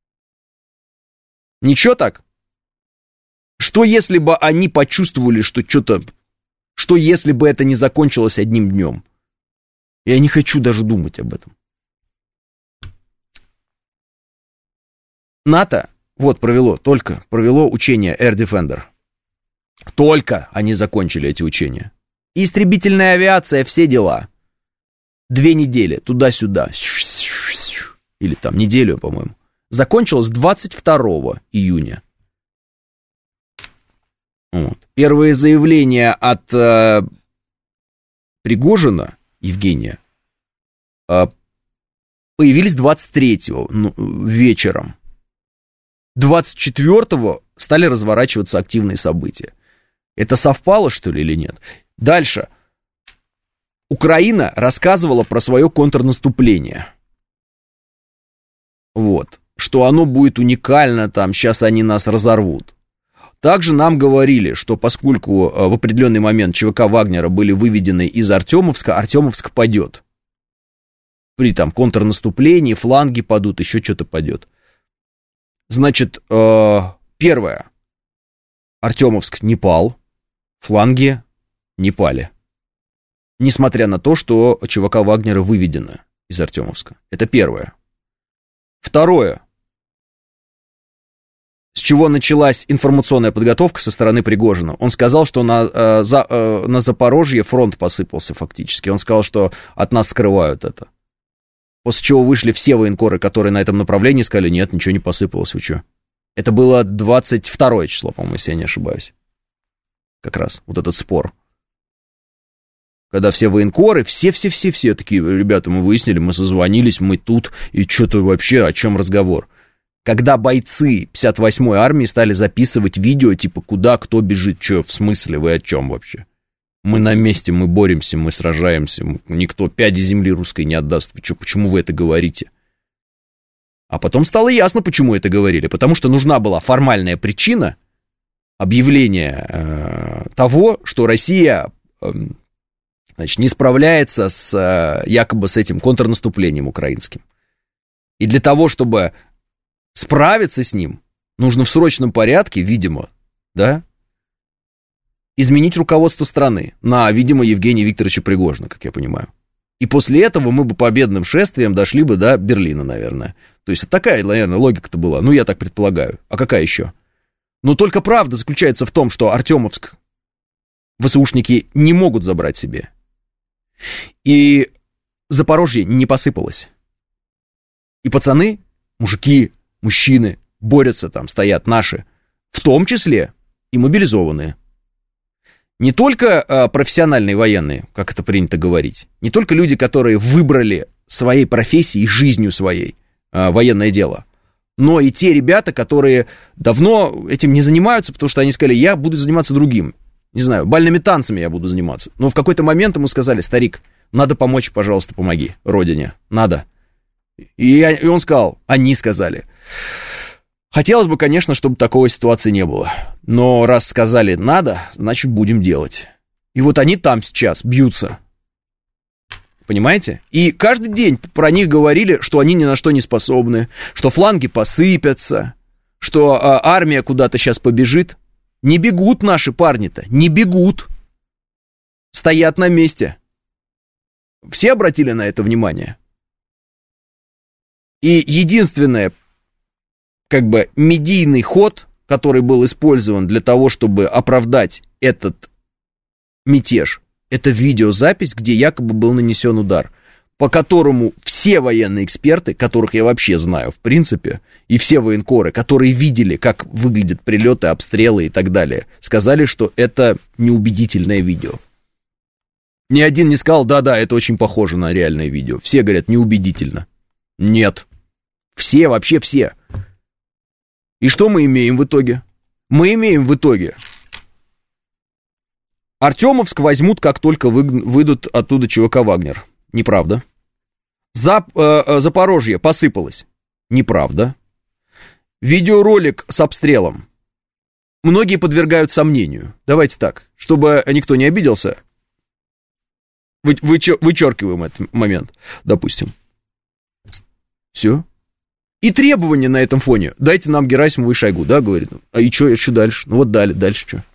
Speaker 2: Ничего так? Что если бы они почувствовали, что что-то... Что если бы это не закончилось одним днем? Я не хочу даже думать об этом. НАТО, вот, провело, только провело учение Air Defender. Только они закончили эти учения. Истребительная авиация, все дела. Две недели, туда-сюда. Или там неделю, по-моему. Закончилось двадцать второго июня. Вот. Первые заявления от э, Пригожина, Евгения, э, появились двадцать третьего ну, вечером. двадцать четвёртого стали разворачиваться активные события. Это совпало, что ли, или нет? Дальше. Украина рассказывала про свое контрнаступление. Вот. Что оно будет уникально, там, сейчас они нас разорвут. Также нам говорили, что поскольку в определенный момент ЧВК Вагнера были выведены из Артемовска, Артемовск падет. При там контрнаступлении, фланги падут, еще что-то падет. Значит, э, первое. Артемовск не пал, фланги не пали. Несмотря на то, что ЧВК Вагнера выведено из Артемовска. Это первое. Второе. С чего началась информационная подготовка со стороны Пригожина? Он сказал, что на, э, за, э, на Запорожье фронт посыпался фактически. Он сказал, что от нас скрывают это. После чего вышли все военкоры, которые на этом направлении, сказали, нет, ничего не посыпалось, вы что? Это было двадцать второе число, по-моему, если я не ошибаюсь. Как раз, вот этот спор. Когда все военкоры, все-все-все-все такие, ребята, мы выяснили, мы созвонились, мы тут, и что-то вообще, о чем разговор? Когда бойцы пятьдесят восьмой армии стали записывать видео, типа, куда, кто бежит, что, в смысле, вы о чем вообще? Мы на месте, мы боремся, мы сражаемся, никто пяди земли русской не отдаст. Вы что, почему вы это говорите? А потом стало ясно, почему это говорили. Потому что нужна была формальная причина объявления э, того, что Россия э, значит, не справляется с, э, якобы с этим контрнаступлением украинским. И для того, чтобы справиться с ним, нужно в срочном порядке, видимо, да, изменить руководство страны на, видимо, Евгения Викторовича Пригожина, как я понимаю. И после этого мы бы победным шествием дошли бы до Берлина, наверное. То есть такая, наверное, логика-то была. Ну, я так предполагаю. А какая еще? Но только правда заключается в том, что Артемовск ВСУшники не могут забрать себе. И Запорожье не посыпалось. И пацаны, мужики, мужчины борются там, стоят наши, в том числе и мобилизованные. Не только а, профессиональные военные, как это принято говорить, не только люди, которые выбрали своей профессией, жизнью своей а, военное дело, но и те ребята, которые давно этим не занимаются, потому что они сказали, я буду заниматься другим, не знаю, бальными танцами я буду заниматься. Но в какой-то момент ему сказали, старик, надо помочь, пожалуйста, помоги родине, надо. И, и он сказал, они сказали. Хотелось бы, конечно, чтобы такой ситуации не было. Но раз сказали надо, значит, будем делать. И вот они там сейчас бьются. Понимаете? И каждый день про них говорили, что они ни на что не способны, что фланги посыпятся, что а, армия куда-то сейчас побежит. Не бегут наши парни-то, не бегут. Стоят на месте. Все обратили на это внимание? И единственное, как бы, медийный ход, который был использован для того, чтобы оправдать этот мятеж, это видеозапись, где якобы был нанесен удар, по которому все военные эксперты, которых я вообще знаю, в принципе, и все военкоры, которые видели, как выглядят прилеты, обстрелы и так далее, сказали, что это неубедительное видео. Ни один не сказал, да-да, это очень похоже на реальное видео. Все говорят, неубедительно. Нет. Все, вообще все. И что мы имеем в итоге? Мы имеем в итоге Артемовск возьмут, как только вы, выйдут оттуда ЧВК «Вагнер». Неправда. Зап, э, Запорожье посыпалось. Неправда. Видеоролик с обстрелом. Многие подвергают сомнению. Давайте так, чтобы никто не обиделся. Вы, вычер, вычеркиваем этот момент, допустим. Все. И требования на этом фоне. Дайте нам Герасимову и Шойгу, да, говорит. А и что, что дальше? Ну вот дали, дальше что?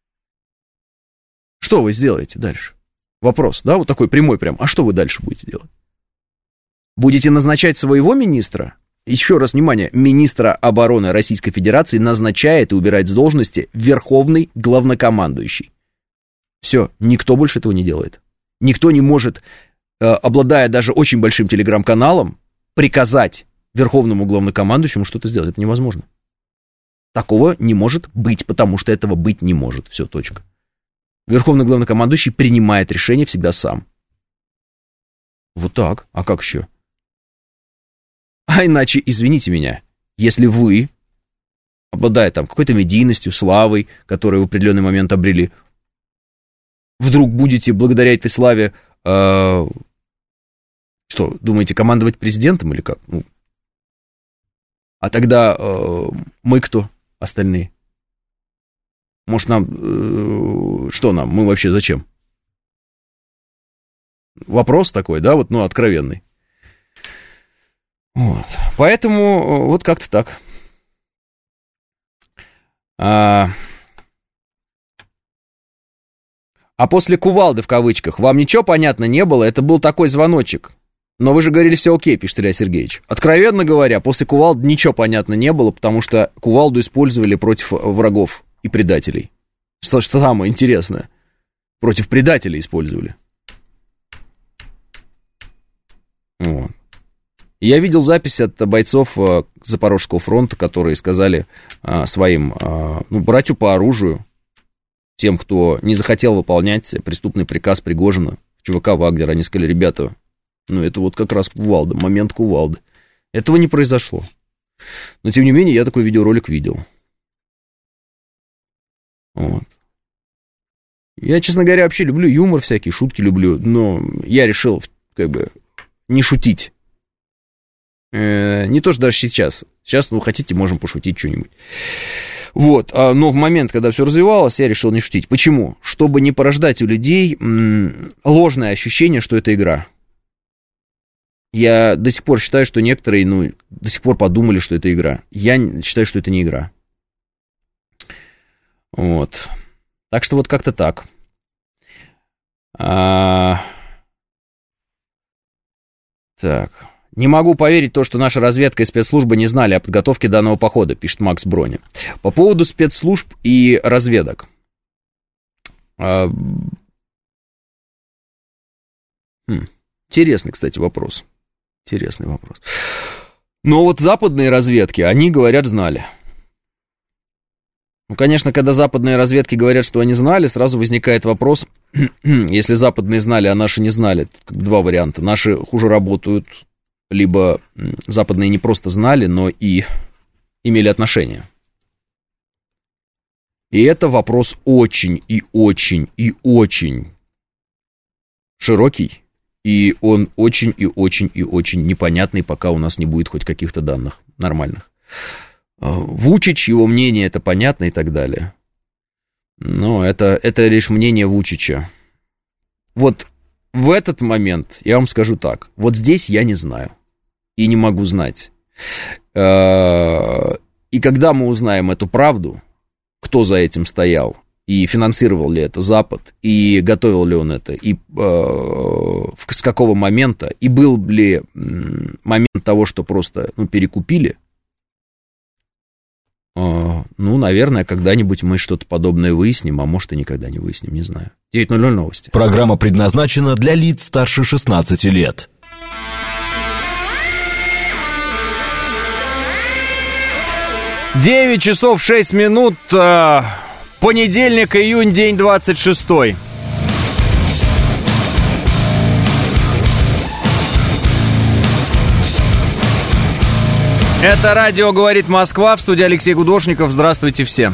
Speaker 2: Что вы сделаете дальше? Вопрос, да, вот такой прямой прям. А что вы дальше будете делать? Будете назначать своего министра? Еще раз, внимание, министра обороны Российской Федерации назначает и убирает с должности верховный главнокомандующий. Все, никто больше этого не делает. Никто не может, обладая даже очень большим телеграм-каналом, приказать верховному главнокомандующему что-то сделать. Это невозможно. Такого не может быть, потому что этого быть не может. Все, точка. Верховный главнокомандующий принимает решение всегда сам. Вот так. А как еще? А иначе, извините меня, если вы, обладая там какой-то медийностью, славой, которую в определенный момент обрели, вдруг будете благодаря этой славе, э, что, думаете, командовать президентом или как? Ну, а тогда э, мы кто, остальные? Может, нам, э, что нам, мы вообще зачем? Вопрос такой, да, вот, ну, откровенный. Вот. Поэтому вот как-то так. А... а после кувалды, в кавычках, вам ничего понятно не было? Это был такой звоночек. Но вы же говорили, все окей, пишет Илья Сергеевич. Откровенно говоря, после кувалды ничего понятно не было, потому что кувалду использовали против врагов и предателей. Что, что самое интересное? Против предателей использовали. Вот. Я видел запись от бойцов Запорожского фронта, которые сказали а, своим, а, ну, братью по оружию, тем, кто не захотел выполнять преступный приказ Пригожина, ЧВК Вагнера, они сказали, ребята, ну, это вот как раз кувалда, момент кувалды. Этого не произошло. Но, тем не менее, я такой видеоролик видел. Вот. Я, честно говоря, вообще люблю юмор всякий, шутки люблю, но я решил, как бы, не шутить. Не то, что даже сейчас. Сейчас, ну, хотите, можем пошутить что-нибудь. Вот, но в момент, когда все развивалось, я решил не шутить. Почему? Чтобы не порождать у людей ложное ощущение, что это игра. Я до сих пор считаю, что некоторые, ну, до сих пор подумали, что это игра. Я считаю, что это не игра. Вот. Так что вот как-то так. А... Так... Не могу поверить в то, что наша разведка и спецслужбы не знали о подготовке данного похода, пишет Макс Броня. По поводу спецслужб и разведок. Хм. Интересный, кстати, вопрос. Интересный вопрос. Но вот западные разведки, они, говорят, знали. Ну, конечно, когда западные разведки говорят, что они знали, сразу возникает вопрос, если западные знали, а наши не знали. Тут два варианта. Наши хуже работают, либо западные не просто знали, но и имели отношение. И это вопрос очень и очень и очень широкий, и он очень и очень и очень непонятный, пока у нас не будет хоть каких-то данных нормальных. Вучич, его мнение, это понятно и так далее. Но это, это лишь мнение Вучича. Вот в этот момент, я вам скажу так, вот здесь я не знаю. И не могу знать. И когда мы узнаем эту правду, кто за этим стоял, и финансировал ли это Запад, и готовил ли он это, и с какого момента, и был ли момент того, что просто, ну, перекупили, ну, наверное, когда-нибудь мы что-то подобное выясним, а может и никогда не выясним, не знаю. девять ноль ноль новости.
Speaker 1: Программа предназначена для лиц старше шестнадцати лет.
Speaker 2: девять часов шесть минут, понедельник, июнь, день двадцать шестой. Это радио «Говорит Москва», в студии Алексей Гудошников. Здравствуйте все.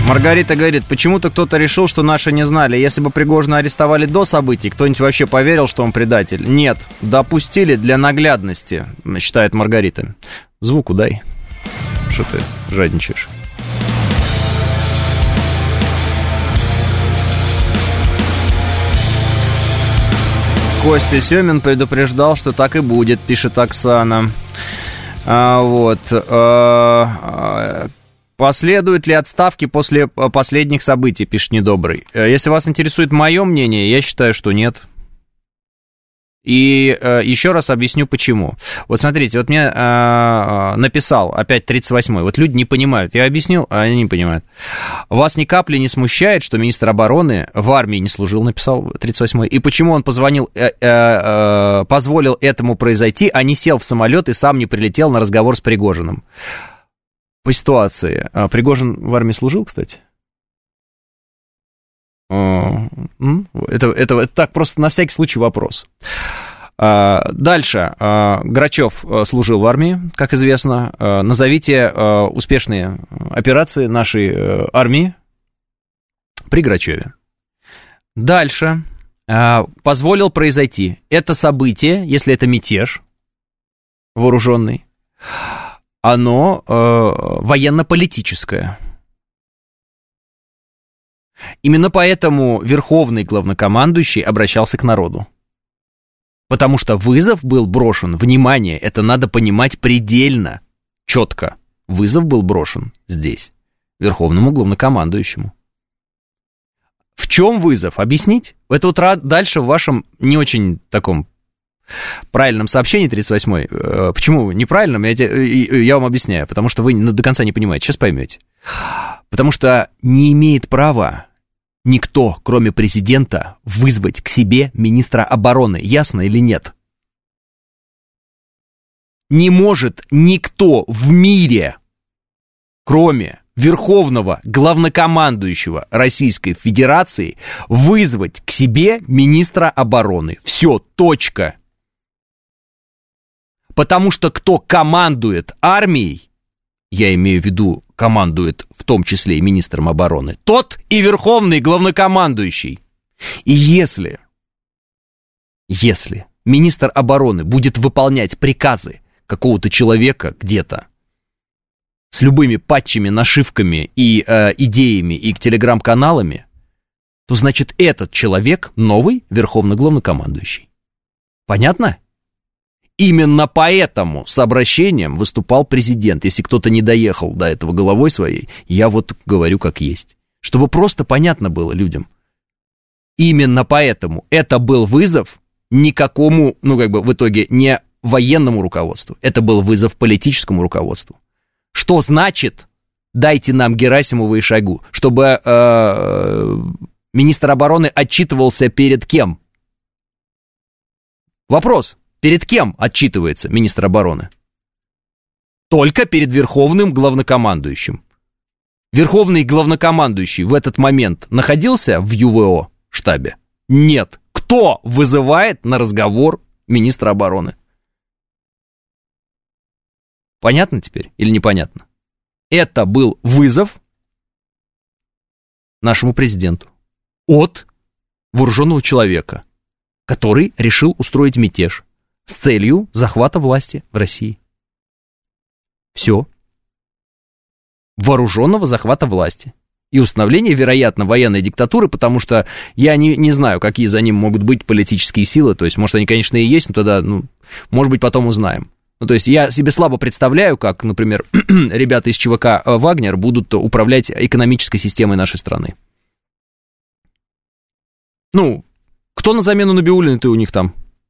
Speaker 2: Маргарита говорит, почему-то кто-то решил, что наши не знали. Если бы Пригожина арестовали до событий, кто-нибудь вообще поверил, что он предатель? Нет, допустили для наглядности, считает Маргарита. Звуку дай. Что ты жадничаешь? Костя Семин предупреждал, что так и будет, пишет Оксана. А, вот. А, последуют ли отставки после последних событий, пишет Недобрый. Если вас интересует мое мнение, я считаю, что нет. И э, еще раз объясню, почему. Вот смотрите, вот мне э, написал опять тридцать восьмой. Вот люди не понимают. Я объяснил, а они не понимают. Вас ни капли не смущает, что министр обороны в армии не служил, написал тридцать восьмой. И почему он позвонил, э, э, э, позволил этому произойти, а не сел в самолет и сам не прилетел на разговор с Пригожиным? По ситуации. Пригожин в армии служил, кстати? Это, это, это так, просто на всякий случай вопрос. Дальше. Грачев служил в армии, как известно. Назовите успешные операции нашей армии при Грачеве. Дальше. Позволил произойти. Это событие, если это мятеж вооруженный, оно военно-политическое. Именно поэтому верховный главнокомандующий обращался к народу. Потому что вызов был брошен, внимание, это надо понимать предельно, четко. Вызов был брошен здесь, верховному главнокомандующему. В чем вызов? Объяснить? Это вот дальше в вашем не очень таком правильном сообщении тридцать восьмой. Почему неправильном? Я, я вам объясняю, потому что вы до конца не понимаете. Сейчас поймете. Потому что не имеет права никто, кроме президента, вызвать к себе министра обороны. Ясно или нет? Не может никто в мире, кроме верховного главнокомандующего Российской Федерации, вызвать к себе министра обороны. Все, точка. Потому что кто командует армией, я имею в виду, командует в том числе и министром обороны, тот и верховный главнокомандующий. И если, если министр обороны будет выполнять приказы какого-то человека где-то с любыми патчами, нашивками и э, идеями и телеграм-каналами, то значит этот человек новый верховный главнокомандующий. Понятно? Именно поэтому с обращением выступал президент. Если кто-то не доехал до этого головой своей, я вот говорю как есть. Чтобы просто понятно было людям. Именно поэтому это был вызов никакому, ну как бы в итоге не военному руководству. Это был вызов политическому руководству. Что значит дайте нам Герасимова и Шойгу? Чтобы э, министр обороны отчитывался перед кем? Вопрос. Перед кем отчитывается министр обороны? Только перед верховным главнокомандующим. Верховный главнокомандующий в этот момент находился в ЮВО штабе? Нет. Кто вызывает на разговор министра обороны? Понятно теперь или непонятно? Это был вызов нашему президенту от вооруженного человека, который решил устроить мятеж с целью захвата власти в России. Все. Вооруженного захвата власти. И установление, вероятно, военной диктатуры, потому что я не, не знаю, какие за ним могут быть политические силы. То есть, может, они, конечно, и есть, но тогда, ну, может быть, потом узнаем. Ну, то есть, я себе слабо представляю, как, например, ребята из ЧВК «Вагнер» будут управлять экономической системой нашей страны. Ну, кто на замену Набиуллиной-то у них там?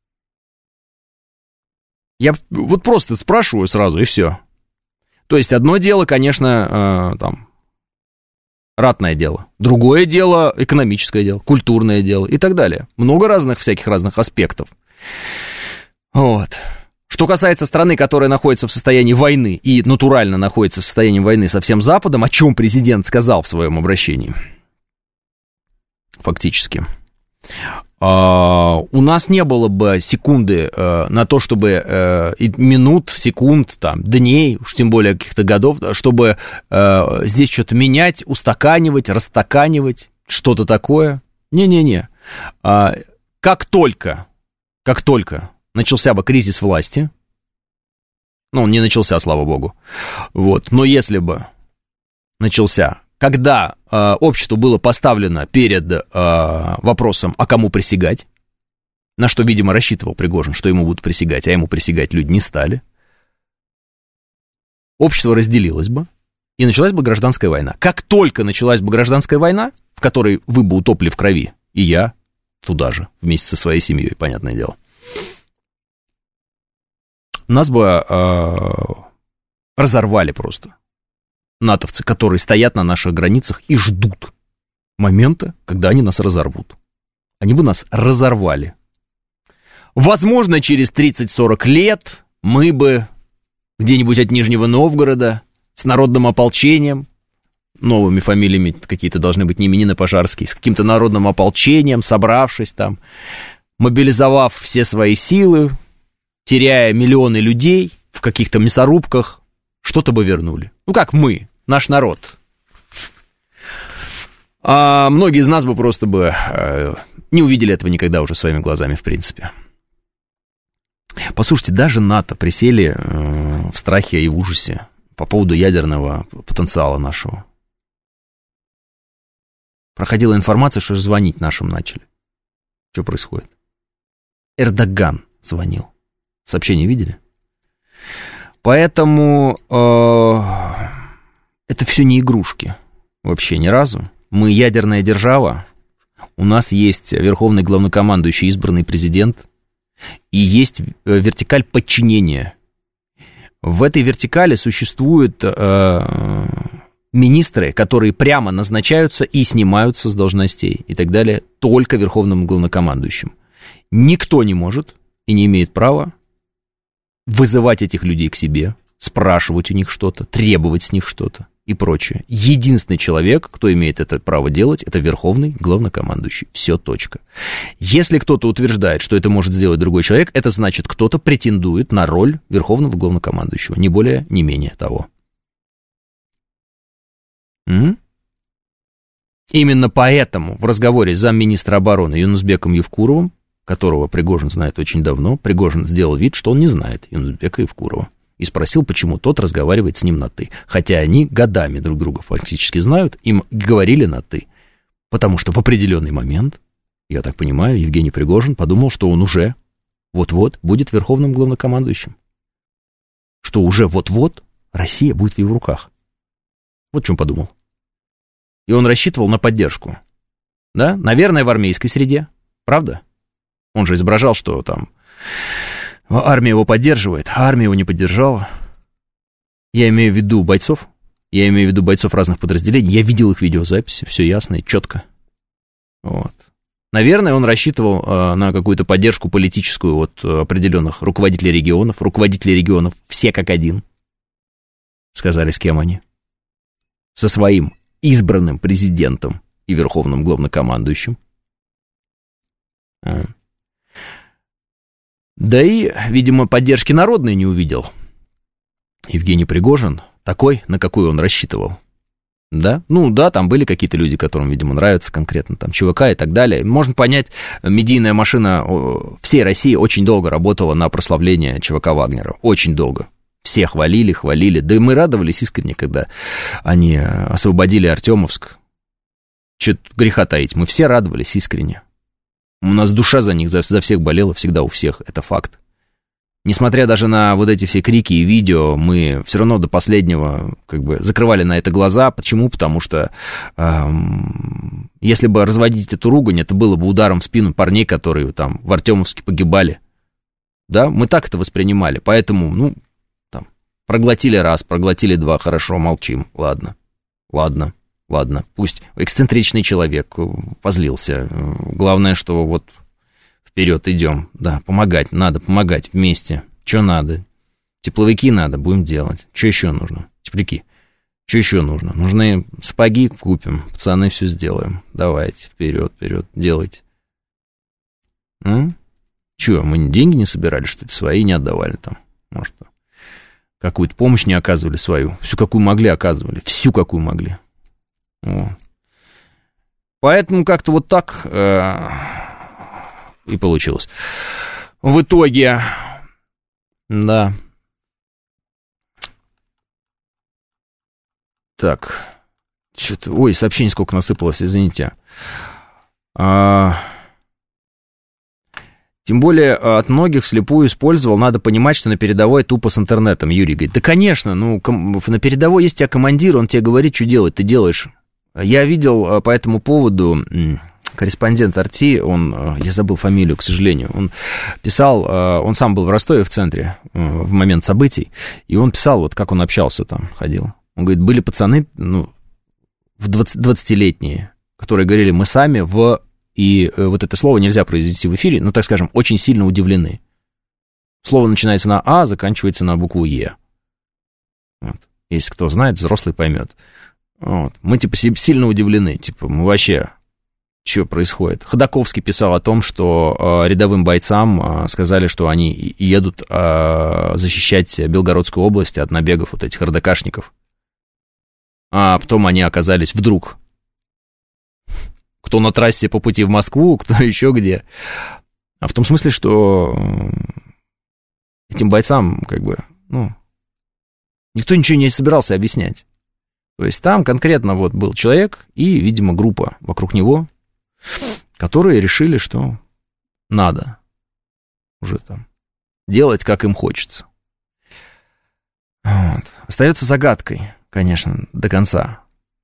Speaker 2: Я вот просто спрашиваю сразу, и все. То есть, одно дело, конечно, э, там, ратное дело. Другое дело, экономическое дело, культурное дело и так далее. Много разных, всяких разных аспектов. Вот. Что касается страны, которая находится в состоянии войны и натурально находится в состоянии войны со всем Западом, о чем президент сказал в своем обращении. Фактически. у нас не было бы секунды на то, чтобы минут, секунд, там, дней, уж тем более каких-то годов, чтобы здесь что-то менять, устаканивать, растаканивать, что-то такое. Не-не-не. Как только, как только начался бы кризис власти, ну, он не начался, слава богу, вот, но если бы начался, когда э, общество было поставлено перед э, вопросом, а кому присягать, на что, видимо, рассчитывал Пригожин, что ему будут присягать, а ему присягать люди не стали, общество разделилось бы, и началась бы гражданская война. Как только началась бы гражданская война, в которой вы бы утопли в крови, и я туда же, вместе со своей семьей, понятное дело, нас бы э, разорвали просто натовцы, которые стоят на наших границах и ждут момента, когда они нас разорвут. Они бы нас разорвали. Возможно, через тридцать-сорок лет мы бы где-нибудь от Нижнего Новгорода с народным ополчением, новыми фамилиями какие-то должны быть, не Минин, Пожарский, с каким-то народным ополчением, собравшись там, мобилизовав все свои силы, теряя миллионы людей в каких-то мясорубках, что-то бы вернули. Ну, как мы, наш народ. А многие из нас бы просто бы э, не увидели этого никогда уже своими глазами, в принципе. Послушайте, даже НАТО присели э, в страхе и в ужасе по поводу ядерного потенциала нашего. Проходила информация, что звонить нашим начали. Что происходит? Эрдоган звонил. Сообщение видели? Поэтому э, это все не игрушки. Вообще ни разу. Мы ядерная держава. У нас есть верховный главнокомандующий, избранный президент. И есть вертикаль подчинения. В этой вертикали существуют э, министры, которые прямо назначаются и снимаются с должностей и так далее только верховным главнокомандующим. Никто не может и не имеет права вызывать этих людей к себе, спрашивать у них что-то, требовать с них что-то и прочее. Единственный человек, кто имеет это право делать, это верховный главнокомандующий. Все, точка. Если кто-то утверждает, что это может сделать другой человек, это значит, кто-то претендует на роль верховного главнокомандующего. Не более, не менее того. М? Именно поэтому в разговоре с замминистра обороны Юнусбеком Евкуровым, которого Пригожин знает очень давно, Пригожин сделал вид, что он не знает Юнусбека Евкурова. И спросил, почему тот разговаривает с ним на «ты». Хотя они годами друг друга фактически знают, им говорили на «ты». Потому что в определенный момент, я так понимаю, Евгений Пригожин подумал, что он уже вот-вот будет верховным главнокомандующим. Что уже вот-вот Россия будет в его руках. Вот в чем подумал. И он рассчитывал на поддержку. Да? Наверное, в армейской среде. Правда? Он же изображал, что там армия его поддерживает, а армия его не поддержала. Я имею в виду бойцов. Я имею в виду бойцов разных подразделений. Я видел их видеозаписи, все ясно и четко. Вот. Наверное, он рассчитывал э, на какую-то поддержку политическую от определенных руководителей регионов. Руководители регионов все как один сказали, с кем они. Со своим избранным президентом и верховным главнокомандующим. А. Да и, видимо, поддержки народной не увидел Евгений Пригожин, такой, на какой он рассчитывал. Да? Ну да, там были какие-то люди, которым, видимо, нравится конкретно там ЧВК и так далее. Можно понять, медийная машина всей России очень долго работала на прославление ЧВК Вагнера. Очень долго. Все хвалили, хвалили. Да и мы радовались искренне, когда они освободили Артемовск. Чё греха таить, мы все радовались искренне. У нас душа за них, за, за всех болела всегда у всех, это факт. Несмотря даже на вот эти все крики и видео, мы все равно до последнего как бы закрывали на это глаза. Почему? Потому что эм, если бы разводить эту ругань, это было бы ударом в спину парней, которые там в Артемовске погибали. Да, мы так это воспринимали, поэтому, ну, там, проглотили раз, проглотили два, хорошо, молчим, ладно, ладно. Ладно, пусть эксцентричный человек позлился. Главное, что вот вперед идем. Да, помогать, надо помогать вместе. Что надо? Тепловики надо, будем делать. Что еще нужно? Тепляки. Что еще нужно? Нужны сапоги, купим. Пацаны, все сделаем. Давайте, вперед, вперед, делайте. А? Че, мы деньги не собирали, что ли, свои не отдавали там? Может, какую-то помощь не оказывали свою? Всю, какую могли, оказывали. Всю, какую могли. О. Поэтому как-то вот так э, и получилось. В итоге, да. Так, что-то... Ой, сообщений сколько насыпалось, извините. А... Тем более от многих вслепую использовал, надо понимать, что на передовой тупо с интернетом. Юрий говорит, да, конечно, ну, ком... на передовой есть у тебя командир, он тебе говорит, что делать, ты делаешь. Я видел по этому поводу... Корреспондент эр ти, он, я забыл фамилию, к сожалению, он писал, он сам был в Ростове в центре в момент событий, и он писал, вот как он общался там, ходил. Он говорит, были пацаны, ну, в двадцатилетние, которые говорили, мы сами в... И вот это слово нельзя произнести в эфире, ну, так скажем, очень сильно удивлены. Слово начинается на А, заканчивается на букву Е. Вот. Если кто знает, взрослый поймет. Вот. Мы, типа, сильно удивлены, типа, мы вообще... Что происходит? Ходаковский писал о том, что э, рядовым бойцам э, сказали, что они едут э, защищать Белгородскую область от набегов вот этих РДКшников. А потом они оказались вдруг. Кто на трассе по пути в Москву, кто еще где. А в том смысле, что э, этим бойцам, как бы, ну, никто ничего не собирался объяснять. То есть там конкретно вот был человек и, видимо, группа вокруг него, которые решили, что надо уже там делать, как им хочется. Вот. Остается загадкой, конечно, до конца.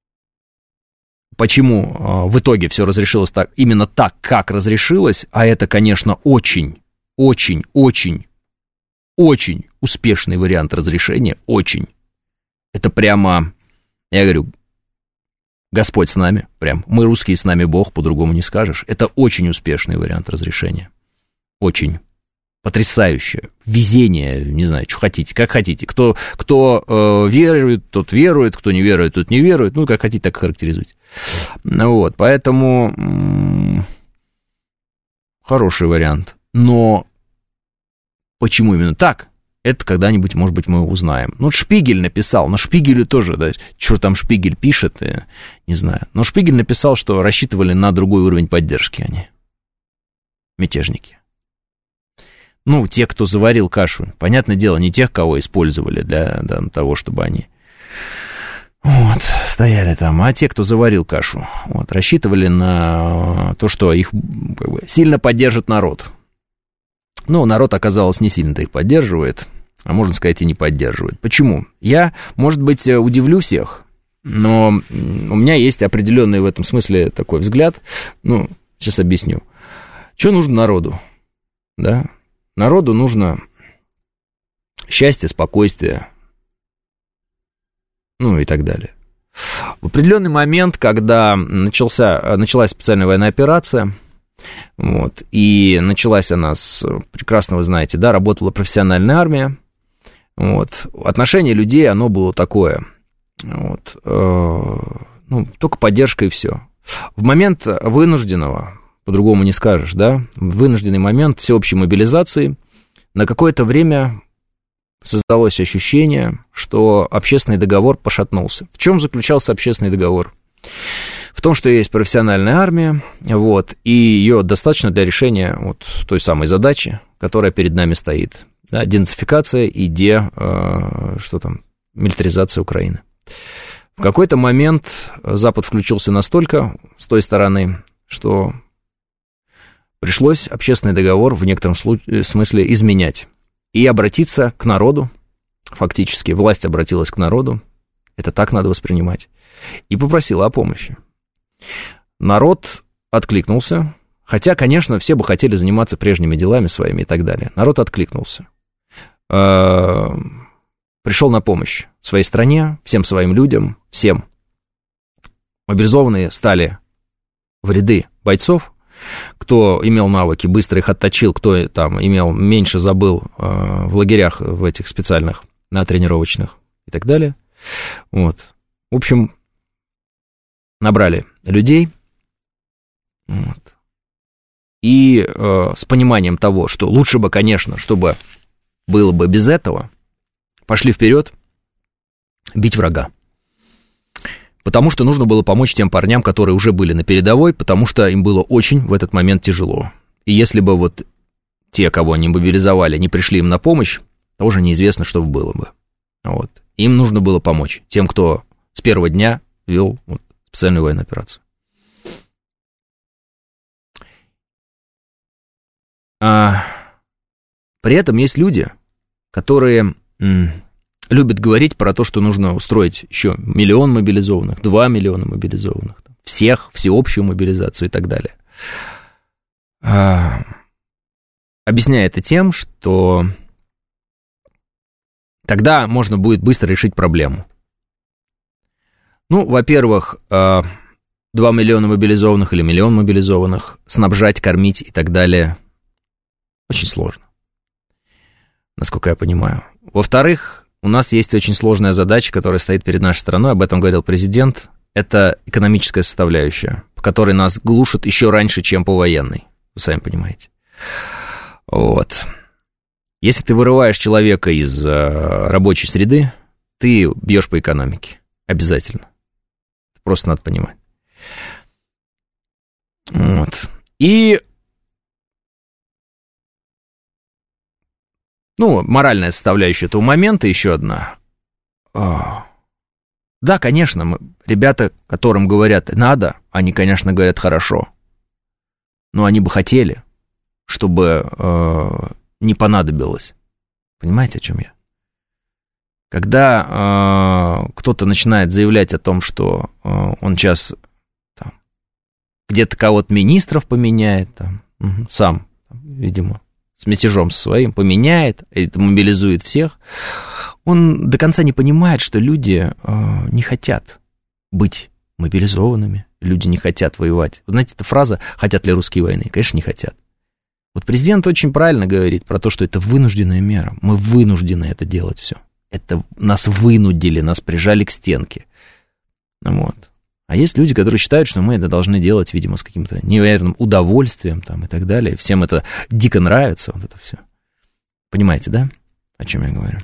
Speaker 2: Почему э, в итоге все разрешилось так, именно так, как разрешилось, а это, конечно, очень, очень, очень, очень успешный вариант разрешения, очень. Это прямо, я говорю, Господь с нами, прям. Мы русские, с нами Бог, по-другому не скажешь. Это очень успешный вариант разрешения. Очень. Потрясающе. Везение, не знаю, что хотите, как хотите. Кто, кто э, верует, тот верует, кто не верует, тот не верует. Ну, как хотите, так характеризуйте. Вот, поэтому м- хороший вариант. Но почему именно так? Это когда-нибудь, может быть, мы узнаем. Ну, Шпигель написал, но Шпигелю тоже, да, что там Шпигель пишет, я не знаю. Но Шпигель написал, что рассчитывали на другой уровень поддержки они, мятежники. Ну, те, кто заварил кашу. Понятное дело, не тех, кого использовали для, для того, чтобы они вот, стояли там, а те, кто заварил кашу. Вот, рассчитывали на то, что их как бы сильно поддержит народ. Ну, народ, оказалось, не сильно-то их поддерживает, а можно сказать, и не поддерживает. Почему? Я, может быть, удивлю всех, но у меня есть определенный в этом смысле такой взгляд. Ну, сейчас объясню. Что нужно народу? Да? Народу нужно счастье, спокойствие, ну и так далее. В определенный момент, когда начался, началась специальная военная операция, вот, и началась она с, прекрасно вы знаете, да, работала профессиональная армия, вот, отношение людей, оно было такое, вот, э, ну, только поддержка и все. В момент вынужденного, по-другому не скажешь, да, вынужденный момент всеобщей мобилизации, на какое-то время создалось ощущение, что общественный договор пошатнулся. В чем заключался общественный договор? В том, что есть профессиональная армия, вот, и ее достаточно для решения вот той самой задачи, которая перед нами стоит. Да, денацификация и де, э, что там, милитаризация Украины. В какой-то момент Запад включился настолько с той стороны, что пришлось общественный договор в некотором смысле изменять и обратиться к народу, фактически власть обратилась к народу, это так надо воспринимать, и попросила о помощи. Народ откликнулся, хотя, конечно, все бы хотели заниматься прежними делами своими и так далее. Народ откликнулся, пришел на помощь своей стране, всем своим людям, всем. Мобилизованные стали в ряды бойцов. Кто имел навыки, быстро их отточил, кто там имел меньше, забыл э, в лагерях, в этих специальных, на тренировочных и так далее. Вот. В общем, набрали людей. Вот. и э, с пониманием того, что лучше бы, конечно, чтобы было бы без этого, пошли вперед бить врага. Потому что нужно было помочь тем парням, которые уже были на передовой, потому что им было очень в этот момент тяжело. И если бы вот те, кого они мобилизовали, не пришли им на помощь, тоже неизвестно, что было бы. Вот. Им нужно было помочь тем, кто с первого дня вел вот, специальную военную операцию. А при этом есть люди, которые м, любят говорить про то, что нужно устроить еще миллион мобилизованных, два миллиона мобилизованных, всех, всеобщую мобилизацию и так далее. А, объясняя это тем, что тогда можно будет быстро решить проблему. Ну, во-первых, два миллиона мобилизованных или миллион мобилизованных снабжать, кормить и так далее очень сложно, насколько я понимаю. Во-вторых, у нас есть очень сложная задача, которая стоит перед нашей страной, об этом говорил президент, это экономическая составляющая, по которой нас глушат еще раньше, чем по военной, вы сами понимаете. Вот. Если ты вырываешь человека из рабочей среды, ты бьешь по экономике, обязательно. Это просто надо понимать. Вот. И ну, моральная составляющая этого момента еще одна. Да, конечно, мы, ребята, которым говорят «надо», они, конечно, говорят «хорошо». Но они бы хотели, чтобы э, не понадобилось. Понимаете, о чем я? Когда э, кто-то начинает заявлять о том, что э, он сейчас там, где-то кого-то министров поменяет, там, угу, сам, видимо, с мятежом своим поменяет, это мобилизует всех, он до конца не понимает, что люди э, не хотят быть мобилизованными, люди не хотят воевать. Вы знаете, эта фраза «хотят ли русские войны?» Конечно, не хотят. Вот президент очень правильно говорит про то, что это вынужденная мера. Мы вынуждены это делать все. Это нас вынудили, нас прижали к стенке. Вот. А есть люди, которые считают, что мы это должны делать, видимо, с каким-то невероятным удовольствием там, и так далее. Всем это дико нравится, вот это все. Понимаете, да, о чем я говорю?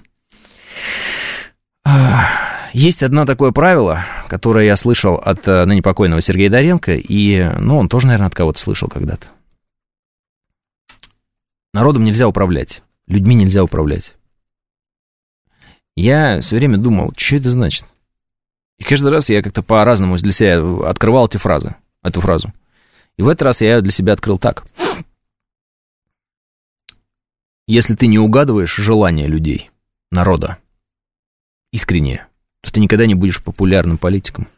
Speaker 2: Есть одно такое правило, которое я слышал от ныне покойного Сергея Доренко, и, ну, он тоже, наверное, от кого-то слышал когда-то. Народом нельзя управлять, людьми нельзя управлять. Я все время думал, что это значит? И каждый раз я как-то по-разному для себя открывал эти фразы, эту фразу. И в этот раз я ее для себя открыл так. Если ты не угадываешь желания людей, народа, искренне, то ты никогда не будешь популярным политиком.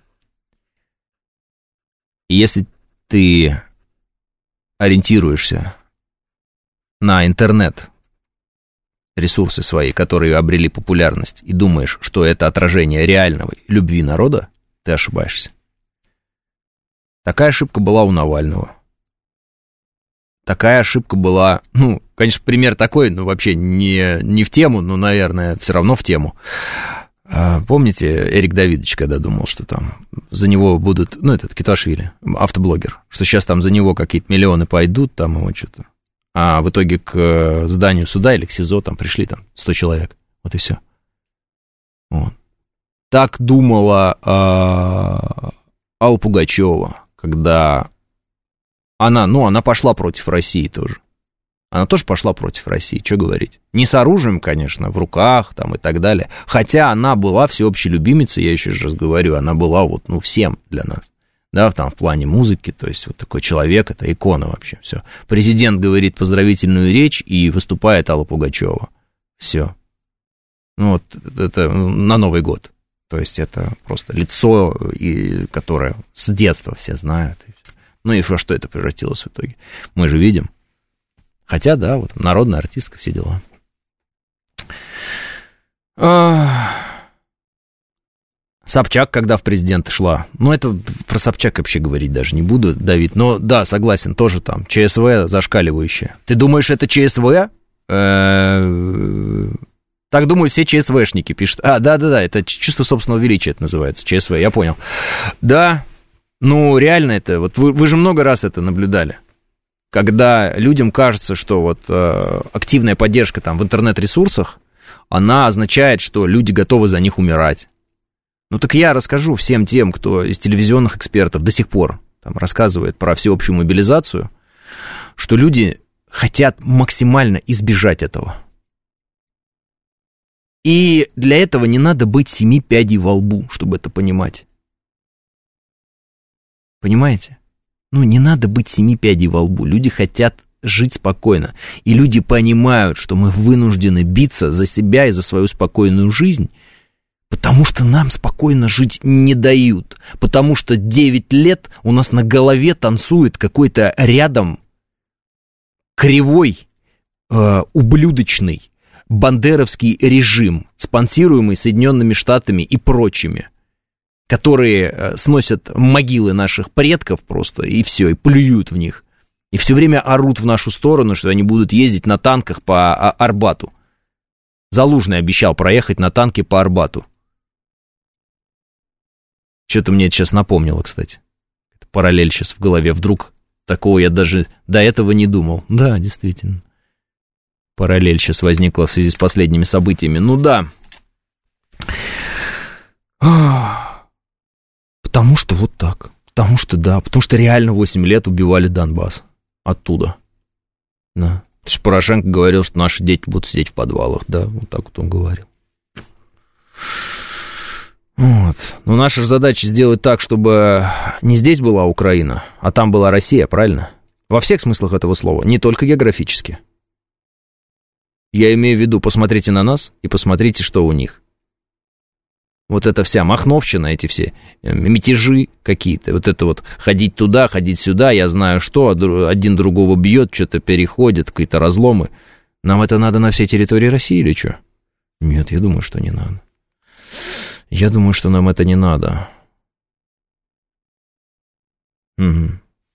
Speaker 2: И если ты ориентируешься на интернет, ресурсы свои, которые обрели популярность, и думаешь, что это отражение реальной любви народа, ты ошибаешься. Такая ошибка была у Навального. Такая ошибка была, ну, конечно, пример такой, но вообще не, не в тему, но, наверное, все равно в тему. Помните, Эрик Давидович, когда думал, что там за него будут, ну, этот Киташвили, автоблогер, что сейчас там за него какие-то миллионы пойдут, там его что-то. А в итоге к зданию суда или к СИЗО там пришли там сто человек. Вот и все. Вот. Так думала а, Алла Пугачева, когда она, ну, она пошла против России тоже. Она тоже пошла против России, что говорить. Не с оружием, конечно, в руках там и так далее. Хотя она была всеобщей любимицей, я еще раз говорю, она была вот, ну, всем для нас. Да, там в плане музыки, то есть вот такой человек, это икона вообще, все. Президент говорит поздравительную речь, и выступает Алла Пугачева. Все. Ну вот это на Новый год. То есть это просто лицо, и, которое с детства все знают. И все. Ну и во что это превратилось в итоге? Мы же видим. Хотя, да, вот народная артистка, все дела. Собчак, когда в президенты шла. Ну, это про Собчак вообще говорить даже не буду, Давид. Но да, согласен, тоже там ЧСВ зашкаливающее. Ты думаешь, это ЧСВ? Так думают все ЧСВшники, пишут. А, да-да-да, это чувство собственного величия это называется, ЧСВ, я понял. Да, ну, реально это, вот вы, вы же много раз это наблюдали. когда людям кажется, что вот э, активная поддержка там в интернет-ресурсах, она означает, что люди готовы за них умирать. Ну так я расскажу всем тем, кто из телевизионных экспертов до сих пор там рассказывает про всеобщую мобилизацию, что люди хотят максимально избежать этого. И для этого не надо быть семи пядей во лбу, чтобы это понимать. Понимаете? Ну, не надо быть семи пядей во лбу. Люди хотят жить спокойно. И люди понимают, что мы вынуждены биться за себя и за свою спокойную жизнь, потому что нам спокойно жить не дают. Потому что девять лет у нас на голове танцует какой-то рядом кривой, э, ублюдочный бандеровский режим, спонсируемый Соединенными Штатами и прочими, которые сносят могилы наших предков просто, и все, и плюют в них. И все время орут в нашу сторону, что они будут ездить на танках по Арбату. Залужный обещал проехать на танке по Арбату. Что-то мне это сейчас напомнило, кстати. Параллель сейчас в голове. Вдруг такого я даже до этого не думал. Да, действительно. Параллель сейчас возникла в связи с последними событиями. Ну да. Потому что вот так. Потому что да. Потому что реально восемь лет убивали Донбасс. Оттуда. Да. Потому что Порошенко говорил, что наши дети будут сидеть в подвалах. Да, вот так вот он говорил. Вот. Но наша же задача сделать так, чтобы не здесь была Украина, а там была Россия, правильно? Во всех смыслах этого слова, не только географически. Я имею в виду, посмотрите на нас и посмотрите, что у них. Вот эта вся махновщина, эти все мятежи какие-то, вот это вот ходить туда, ходить сюда, я знаю что, один другого бьет, что-то переходит, какие-то разломы. Нам это надо на всей территории России или что? Нет, я думаю, что не надо. Я думаю, что нам это не надо. Угу.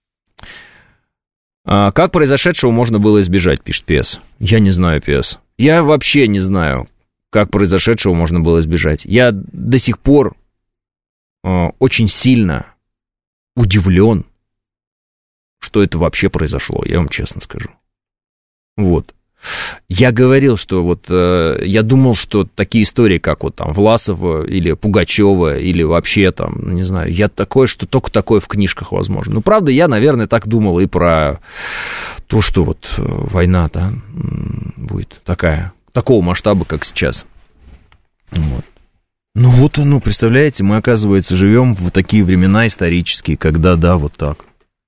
Speaker 2: А как произошедшего можно было избежать, пишет ПС. Я не знаю, ПС. Я вообще не знаю, как произошедшего можно было избежать. Я до сих пор э, очень сильно удивлен, что это вообще произошло, я вам честно скажу. Вот. Я говорил, что вот э, я думал, что такие истории, как вот там Власова или Пугачева, или вообще там, не знаю, я такое, что только такое в книжках возможно. Ну, правда, я, наверное, так думал и про то, что вот война, да, будет такая, такого масштаба, как сейчас. Вот. Ну вот, ну, представляете, мы, оказывается, живем в такие времена исторические, когда, да, вот так.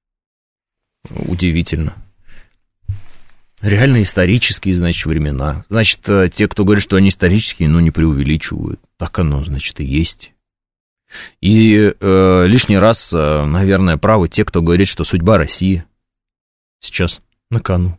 Speaker 2: Удивительно. Реально исторические, значит, времена. Значит, те, кто говорит, что они исторические, ну, не преувеличивают. Так оно, значит, и есть. И э, лишний раз, э, наверное, правы те, кто говорит, что судьба России сейчас на кону.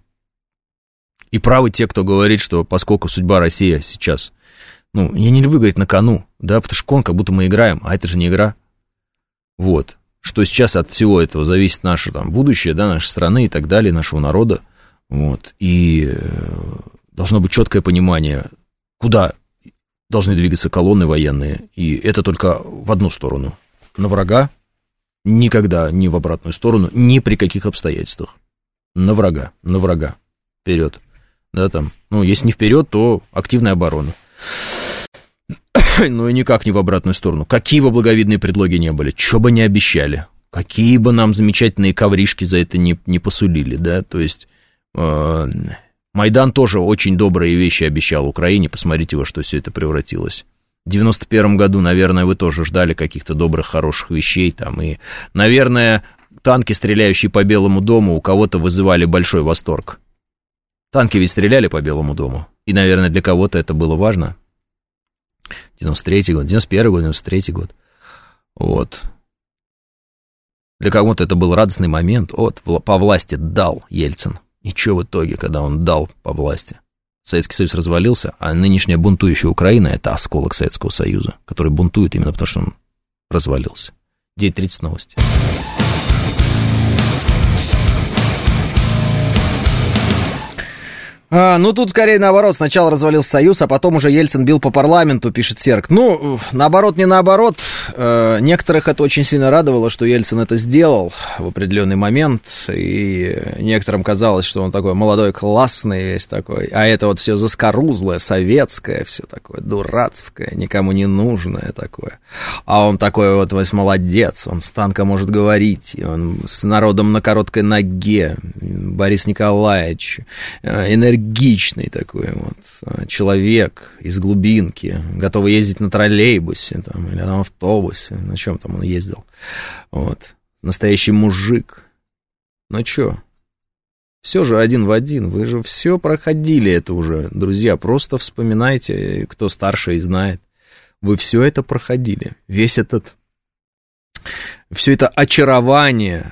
Speaker 2: И правы те, кто говорит, что поскольку судьба России сейчас, ну, я не люблю говорить на кону, да, потому что кон, как будто мы играем, а это же не игра. Вот. Что сейчас от всего этого зависит наше там будущее, да, нашей страны и так далее, нашего народа. Вот, и должно быть четкое понимание, куда должны двигаться колонны военные, и это только в одну сторону. На врага, никогда не в обратную сторону, ни при каких обстоятельствах. На врага, на врага, вперед. Да, там, ну, если не вперед, то активная оборона. Ну и никак не в обратную сторону. Какие бы благовидные предлоги не были, что бы ни обещали, какие бы нам замечательные ковришки за это не, не посулили, да, то есть... Майдан тоже очень добрые вещи обещал Украине, посмотрите, во что все это превратилось. В девяносто первом году, наверное, вы тоже ждали каких-то добрых, хороших вещей там, и, наверное, танки, стреляющие по Белому дому, у кого-то вызывали большой восторг. Танки ведь стреляли по Белому дому, и, наверное, для кого-то это было важно. девяносто третий год, девяносто первый год, девяносто третий год, вот. Для кого-то это был радостный момент, вот, по власти дал Ельцин. И что в итоге, когда он дал по власти? Советский Союз развалился, а нынешняя бунтующая Украина – это осколок Советского Союза, который бунтует именно потому, что он развалился. девять тридцать новости. А, ну, тут скорее наоборот. Сначала развалился Союз, а потом уже Ельцин бил по парламенту, пишет Серг. Ну, наоборот, не наоборот. Э, некоторых это очень сильно радовало, что Ельцин это сделал в определенный момент. И некоторым казалось, что он такой молодой, классный весь такой. А это вот все заскорузлое, советское, все такое дурацкое, никому не нужное такое. А он такой вот весь молодец, он с танка может говорить, и он с народом на короткой ноге. Борис Николаевич, энергия. Энергичный такой вот человек из глубинки, готовый ездить на троллейбусе там, или на автобусе, на чем там он ездил. Вот. Настоящий мужик. Ну чё? Все же один в один. Вы же все проходили это уже, друзья. Просто вспоминайте, кто старше и знает. Вы все это проходили. Весь этот... Все это очарование,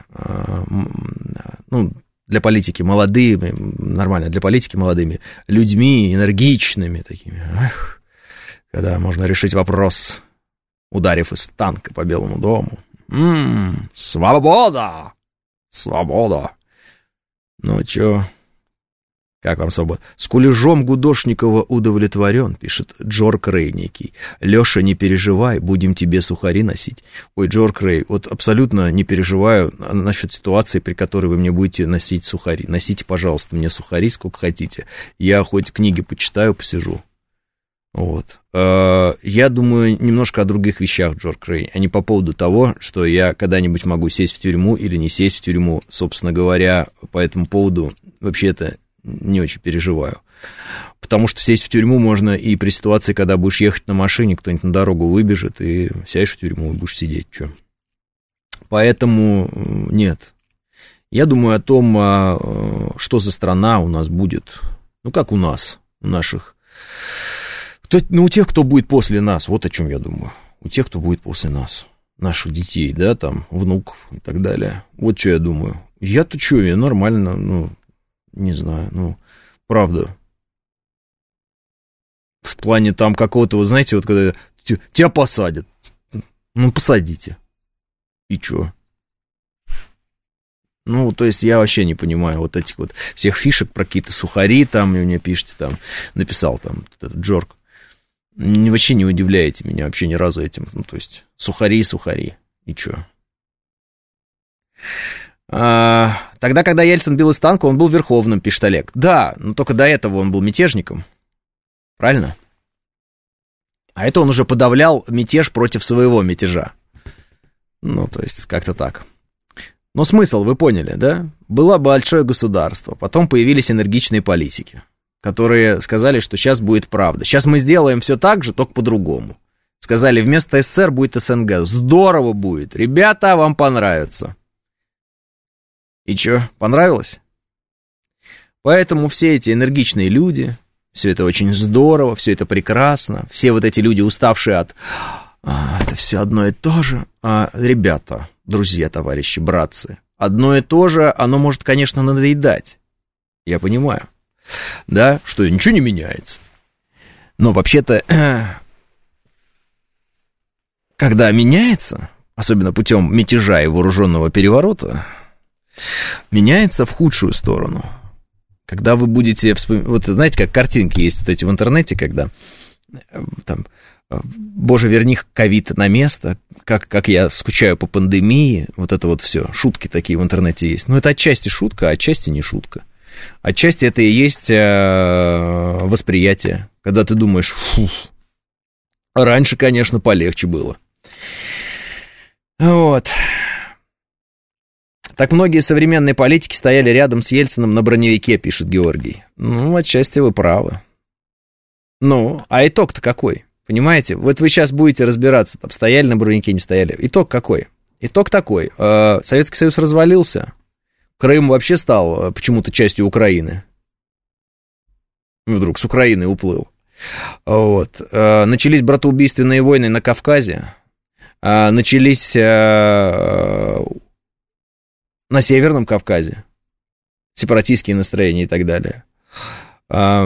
Speaker 2: ну, для политики молодыми, нормально, для политики молодыми людьми, энергичными такими, эх, когда можно решить вопрос, ударив из танка по Белому дому. М-м, свобода! Свобода! Ну, чё? Как вам свобода? С кулежом Гудошникова удовлетворен, пишет Джорк Рэй некий. Леша, не переживай, будем тебе сухари носить. Ой, Джорк Рэй, вот абсолютно не переживаю насчет ситуации, при которой вы мне будете носить сухари. Носите, пожалуйста, мне сухари сколько хотите. Я хоть книги почитаю, посижу. Вот. Я думаю немножко о других вещах, Джорк Рэй, а не по поводу того, что я когда-нибудь могу сесть в тюрьму или не сесть в тюрьму. Собственно говоря, по этому поводу вообще-то не очень переживаю. Потому что сесть в тюрьму можно и при ситуации, когда будешь ехать на машине, кто-нибудь на дорогу выбежит, и сядешь в тюрьму и будешь сидеть. Чё? Поэтому нет. Я думаю о том, что за страна у нас будет. Ну, как у нас, у наших... Ну, у тех, кто будет после нас, вот о чем я думаю. У тех, кто будет после нас. Наших детей, да, там, внуков и так далее. Вот что я думаю. Я-то что, я нормально, ну... Не знаю, ну, правда. В плане там какого-то, вы знаете, вот когда тебя посадят. Ну, посадите. И чё? Ну, то есть я вообще не понимаю вот этих вот всех фишек про какие-то сухари там, и мне пишете там, написал там этот Джорк. Вообще не удивляете меня вообще ни разу этим. Ну, то есть сухари, сухари. И чё? А, тогда, когда Ельцин бил из танка, он был верховным, пишет Олег. Да, но только до этого он был мятежником. Правильно? А это он уже подавлял мятеж против своего мятежа. Ну, то есть, как-то так. Но смысл, вы поняли, да? Было большое государство, потом появились энергичные политики, которые сказали, что сейчас будет правда. Сейчас мы сделаем все так же, только по-другому. Сказали, вместо СССР будет СНГ. Здорово будет. Ребята, вам понравится. И чё, понравилось? Поэтому все эти энергичные люди, все это очень здорово, все это прекрасно, все вот эти люди, уставшие от а, это все одно и то же. А, ребята, друзья, товарищи, братцы, одно и то же, оно может, конечно, надоедать. Я понимаю, да, что ничего не меняется. Но вообще-то, когда меняется, особенно путем мятежа и вооруженного переворота, меняется в худшую сторону. Когда вы будете вспоминать... Вот знаете, как картинки есть вот эти в интернете, когда там, боже, верни ковид на место, как, как я скучаю по пандемии, вот это вот все, шутки такие в интернете есть. Но это отчасти шутка, а отчасти не шутка. Отчасти это и есть восприятие, когда ты думаешь, фу, раньше, конечно, полегче было. Вот... Так многие современные политики стояли рядом с Ельциным на броневике, пишет Георгий. Ну, отчасти вы правы. Ну, а итог-то какой? Понимаете? Вот вы сейчас будете разбираться, там, стояли на броневике, не стояли. Итог какой? Итог такой. Советский Союз развалился. Крым вообще стал почему-то частью Украины. Вдруг с Украины уплыл. Вот. Начались братоубийственные войны на Кавказе. Начались... на Северном Кавказе, сепаратистские настроения и так далее. А,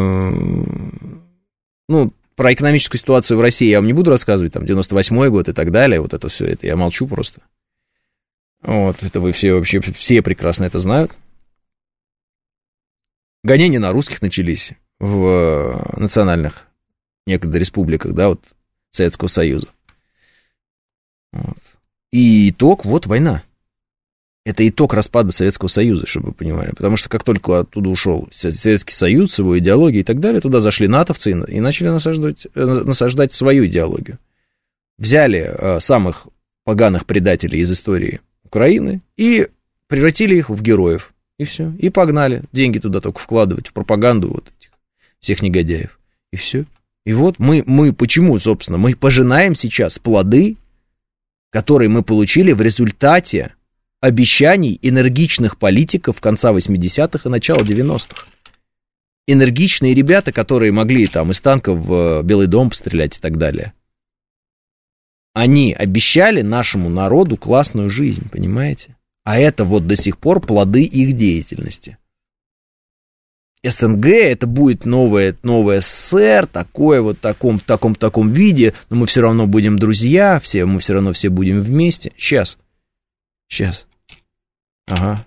Speaker 2: ну, про экономическую ситуацию в России я вам не буду рассказывать, там, девяносто восьмой год и так далее, вот это все, это я молчу просто. Вот, это вы все вообще, все прекрасно это знают. гонения на русских начались в национальных некогда республиках, да, вот, Советского Союза. Вот. И итог, вот война. Это итог распада Советского Союза, чтобы вы понимали. Потому что как только оттуда ушел Советский Союз с его идеологией и так далее, туда зашли натовцы и начали насаждать, насаждать свою идеологию. Взяли самых поганых предателей из истории Украины и превратили их в героев. И все. И погнали. Деньги туда только вкладывать, в пропаганду вот этих всех негодяев. И все. И вот мы, мы почему, собственно, мы пожинаем сейчас плоды, которые мы получили в результате обещаний энергичных политиков конца восьмидесятых и начала девяностых. Энергичные ребята, которые могли там из танков в Белый дом пострелять и так далее. Они обещали нашему народу классную жизнь, понимаете? А это вот до сих пор плоды их деятельности. СНГ это будет новое, новое СССР, такое вот таком, таком, таком виде, но мы все равно будем друзья, все, мы все равно все будем вместе. Сейчас. Сейчас. Ага.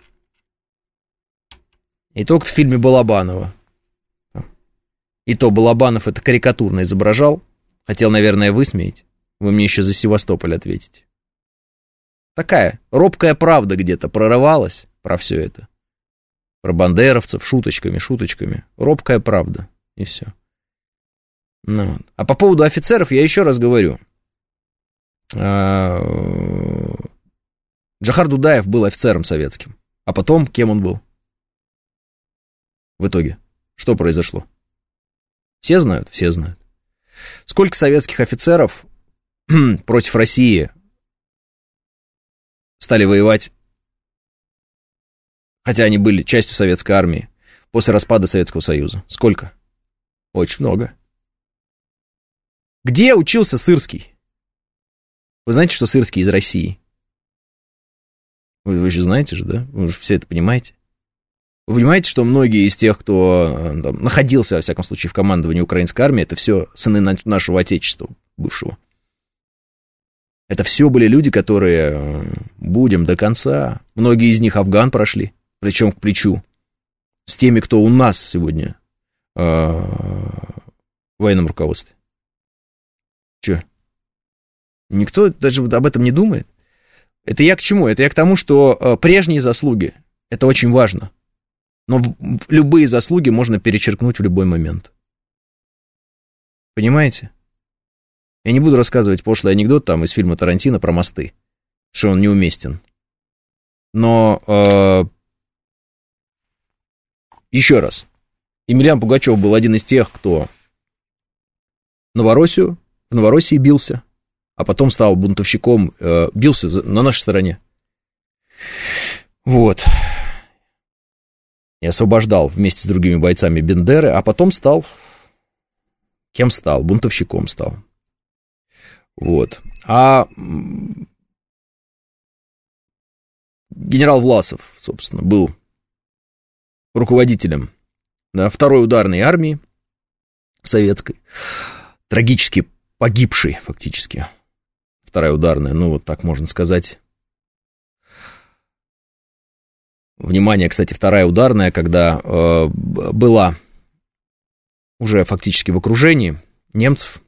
Speaker 2: И только в фильме Балабанова. И то Балабанов это карикатурно изображал. Хотел, наверное, высмеять. Вы мне еще за Севастополь ответите. Такая робкая правда где-то прорывалась про все это. Про бандеровцев, шуточками, шуточками. Робкая правда. И все. Ну, а по поводу офицеров я еще раз говорю. Джохар Дудаев был офицером советским. А потом кем он был? В итоге. Что произошло? Все знают? Все знают. Сколько советских офицеров против России стали воевать, хотя они были частью советской армии, после распада Советского Союза? Сколько? Очень много. Где учился Сырский? Вы знаете, что Сырский из России? Вы, вы же знаете же, да? Вы же все это понимаете. Вы понимаете, что многие из тех, кто там находился, во всяком случае, в командовании украинской армии, это все сыны нашего отечества бывшего. Это все были люди, которые будем до конца. Многие из них Афган прошли, плечом к плечу, с теми, кто у нас сегодня э, в военном руководстве. Че? Никто даже об этом не думает. Это я к чему? Это я к тому, что э, прежние заслуги, это очень важно. Но в, в любые заслуги можно перечеркнуть в любой момент. Понимаете? Я не буду рассказывать пошлый анекдот там из фильма Тарантино про мосты, что он неуместен. Но э, еще раз. Емельян Пугачев был один из тех, кто Новороссию, в Новороссии бился, а потом стал бунтовщиком, э, бился на нашей стороне. Вот. И освобождал вместе с другими бойцами Бендеры, а потом стал... Кем стал? Бунтовщиком стал. Вот. А генерал Власов, собственно, был руководителем, да, второй ударной армии советской, трагически погибшей фактически. Вторая ударная, ну вот так можно сказать. Внимание, кстати, вторая ударная, когда э, была уже фактически в окружении немцев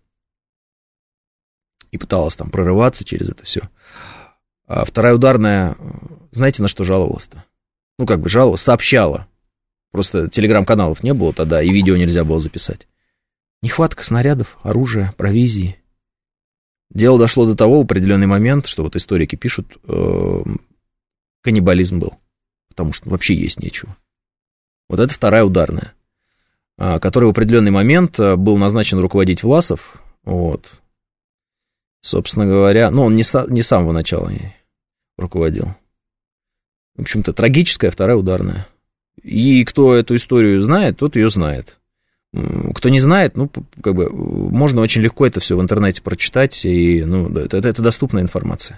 Speaker 2: и пыталась там прорываться через это все. А вторая ударная, знаете, на что жаловалась-то? Ну, как бы жаловалась, сообщала. Просто телеграм-каналов не было тогда, и видео нельзя было записать. Нехватка снарядов, оружия, провизии. Дело дошло до того в определенный момент, что вот историки пишут, э, каннибализм был. Потому что вообще есть нечего. Вот это вторая ударная, который в определенный момент был назначен руководить Власов. Вот. Собственно говоря, ну, он не, с, не с самого начала руководил. В общем-то, трагическая вторая ударная. И кто эту историю знает, тот ее знает. Кто не знает, ну, как бы, можно очень легко это все в интернете прочитать, и, ну, это, это доступная информация.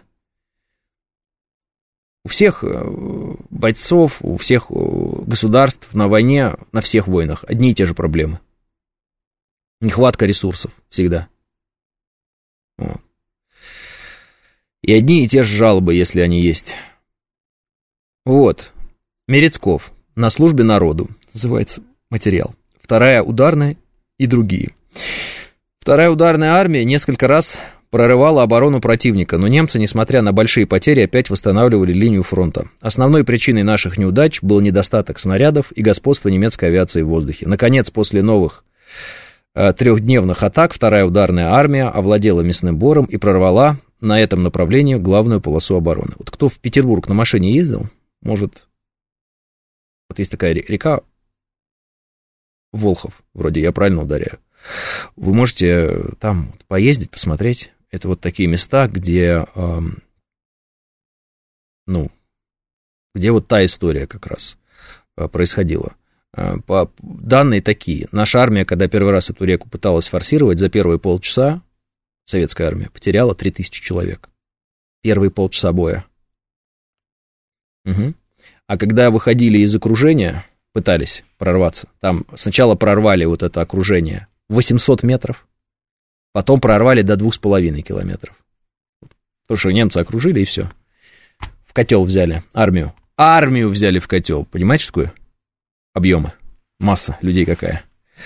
Speaker 2: У всех бойцов, у всех государств на войне, на всех войнах одни и те же проблемы. Нехватка ресурсов всегда. Вот. И одни и те же жалобы, если они есть. Вот. Мерецков. На службе народу. Называется материал. Вторая ударная и другие. Вторая ударная армия несколько раз прорывала оборону противника, но немцы, несмотря на большие потери, опять восстанавливали линию фронта. Основной причиной наших неудач был недостаток снарядов и господство немецкой авиации в воздухе. Наконец, после новых э, трехдневных атак, вторая ударная армия овладела Мясным Бором и прорвала на этом направлении главную полосу обороны. Вот кто в Петербург на машине ездил, может... Вот есть такая река Волхов, вроде я правильно ударяю. Вы можете там поездить, посмотреть. Это вот такие места, где, э, ну, где вот та история как раз э, происходила. Э, по, данные такие. Наша армия, когда первый раз эту реку пыталась форсировать, за первые полчаса советская армия потеряла три тысячи человек. Первые полчаса боя. Угу. А когда выходили из окружения, пытались прорваться, там сначала прорвали вот это окружение восемьсот метров, потом прорвали до двух с половиной километров. Потому что немцы окружили, и все. В котел взяли армию. Армию взяли в котел. Понимаете, что такое? Объемы. Масса людей какая.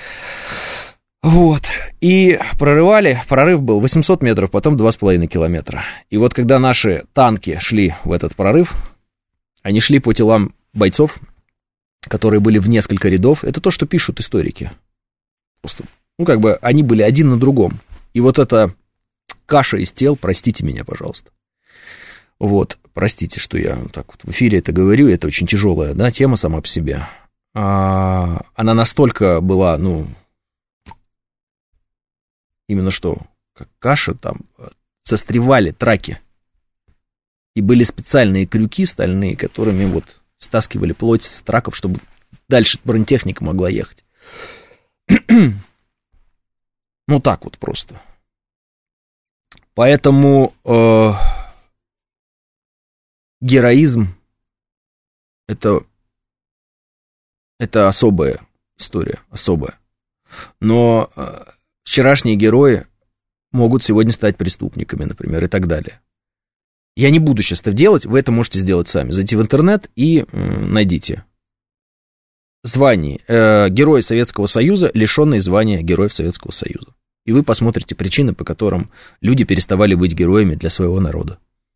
Speaker 2: Вот. И прорывали, прорыв был восемьсот метров, потом два с половиной километра. И вот когда наши танки шли в этот прорыв, они шли по телам бойцов, которые были в несколько рядов. Это то, что пишут историки. Просто, ну, как бы они были один на другом. И вот эта каша из тел, простите меня, пожалуйста. Вот, простите, что я так вот в эфире это говорю, это очень тяжелая, да, тема сама по себе. А, она настолько была, ну, именно что, как каша, там застревали траки. И были специальные крюки стальные, которыми вот стаскивали плоть с траков, чтобы дальше бронетехника могла ехать. Ну, так вот просто. Поэтому э, героизм это, это особая история, особая. Но э, вчерашние герои могут сегодня стать преступниками, например, и так далее. Я не буду сейчас это делать, вы это можете сделать сами. Зайти в интернет и э, найдите звание э, Герои Советского Союза, лишенные звания Героев Советского Союза. И вы посмотрите причины, по которым люди переставали быть героями для своего народа.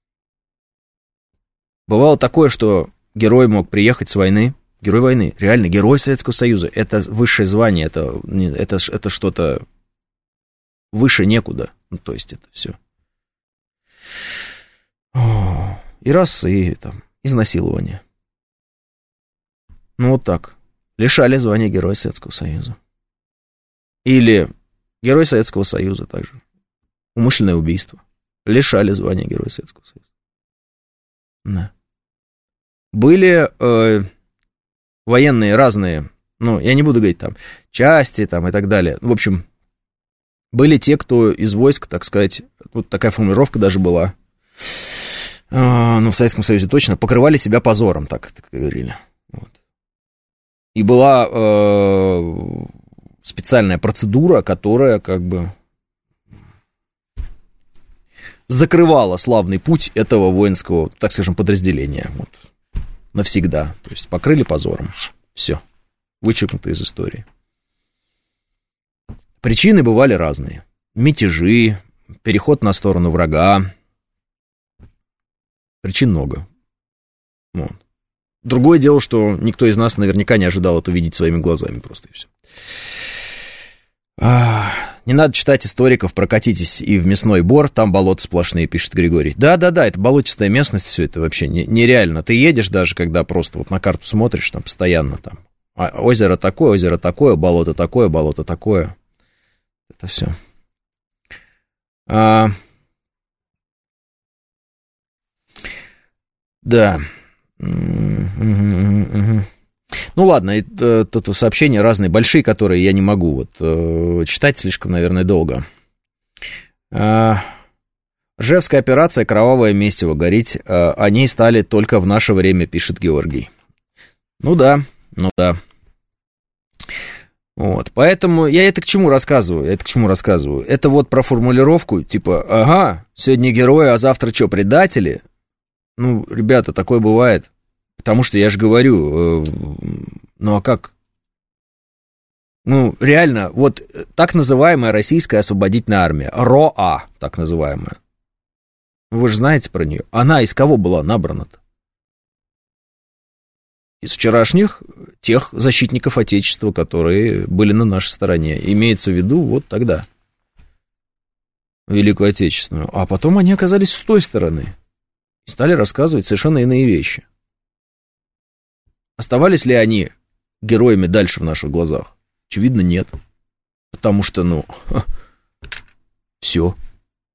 Speaker 2: Бывало такое, что герой мог приехать с войны, герой войны, реально, Герой Советского Союза, это высшее звание, это, это, это что-то выше некуда, ну, то есть это все. И раз, и там, изнасилование. Ну, вот так. Лишали звания Героя Советского Союза. Или Герой Советского Союза также. Умышленное убийство. Лишали звания Героя Советского Союза. Да. Были э, военные разные, ну, я не буду говорить там, части там и так далее. В общем, были те, кто из войск, так сказать, вот такая формулировка даже была, э, ну, в Советском Союзе точно, покрывали себя позором, так, так говорили. Вот. И была э, специальная процедура, которая как бы закрывала славный путь этого воинского, так скажем, подразделения. Вот. Навсегда. То есть покрыли позором. Все. Вычеркнуто из истории. Причины бывали разные. Мятежи, переход на сторону врага. Причин много. Вот. Другое дело, что никто из нас наверняка не ожидал это видеть своими глазами просто, и все. Не надо читать историков, прокатитесь и в Мясной Бор, там болота сплошные, пишет Григорий. Да-да-да, это болотистая местность, все это вообще нереально. Ты едешь даже, когда просто вот на карту смотришь, там постоянно там озеро такое, озеро такое, болото такое, болото такое. Это все. А... Да. Ну ладно, это, это сообщения разные, большие, которые я не могу вот, э, читать слишком, наверное, долго. Э, Ржевская операция «Кровавое месиво», говорить э, о ней стали только в наше время, пишет Георгий. Ну да, ну да. Вот, поэтому я это к чему рассказываю, это к чему рассказываю. Это вот про формулировку, типа, ага, сегодня герои, а завтра что, предатели? Ну, ребята, такое бывает. Потому что я же говорю, э, ну а как, Ну, реально, вот так называемая российская освободительная армия, РОА, так называемая. Вы же знаете про нее. Она из кого была набрана-то? Из вчерашних тех защитников Отечества, которые были на нашей стороне. Имеется в виду вот тогда, Великую Отечественную. А потом они оказались с той стороны и стали рассказывать совершенно иные вещи. Оставались ли они героями дальше в наших глазах? Очевидно, нет. Потому что, ну, все.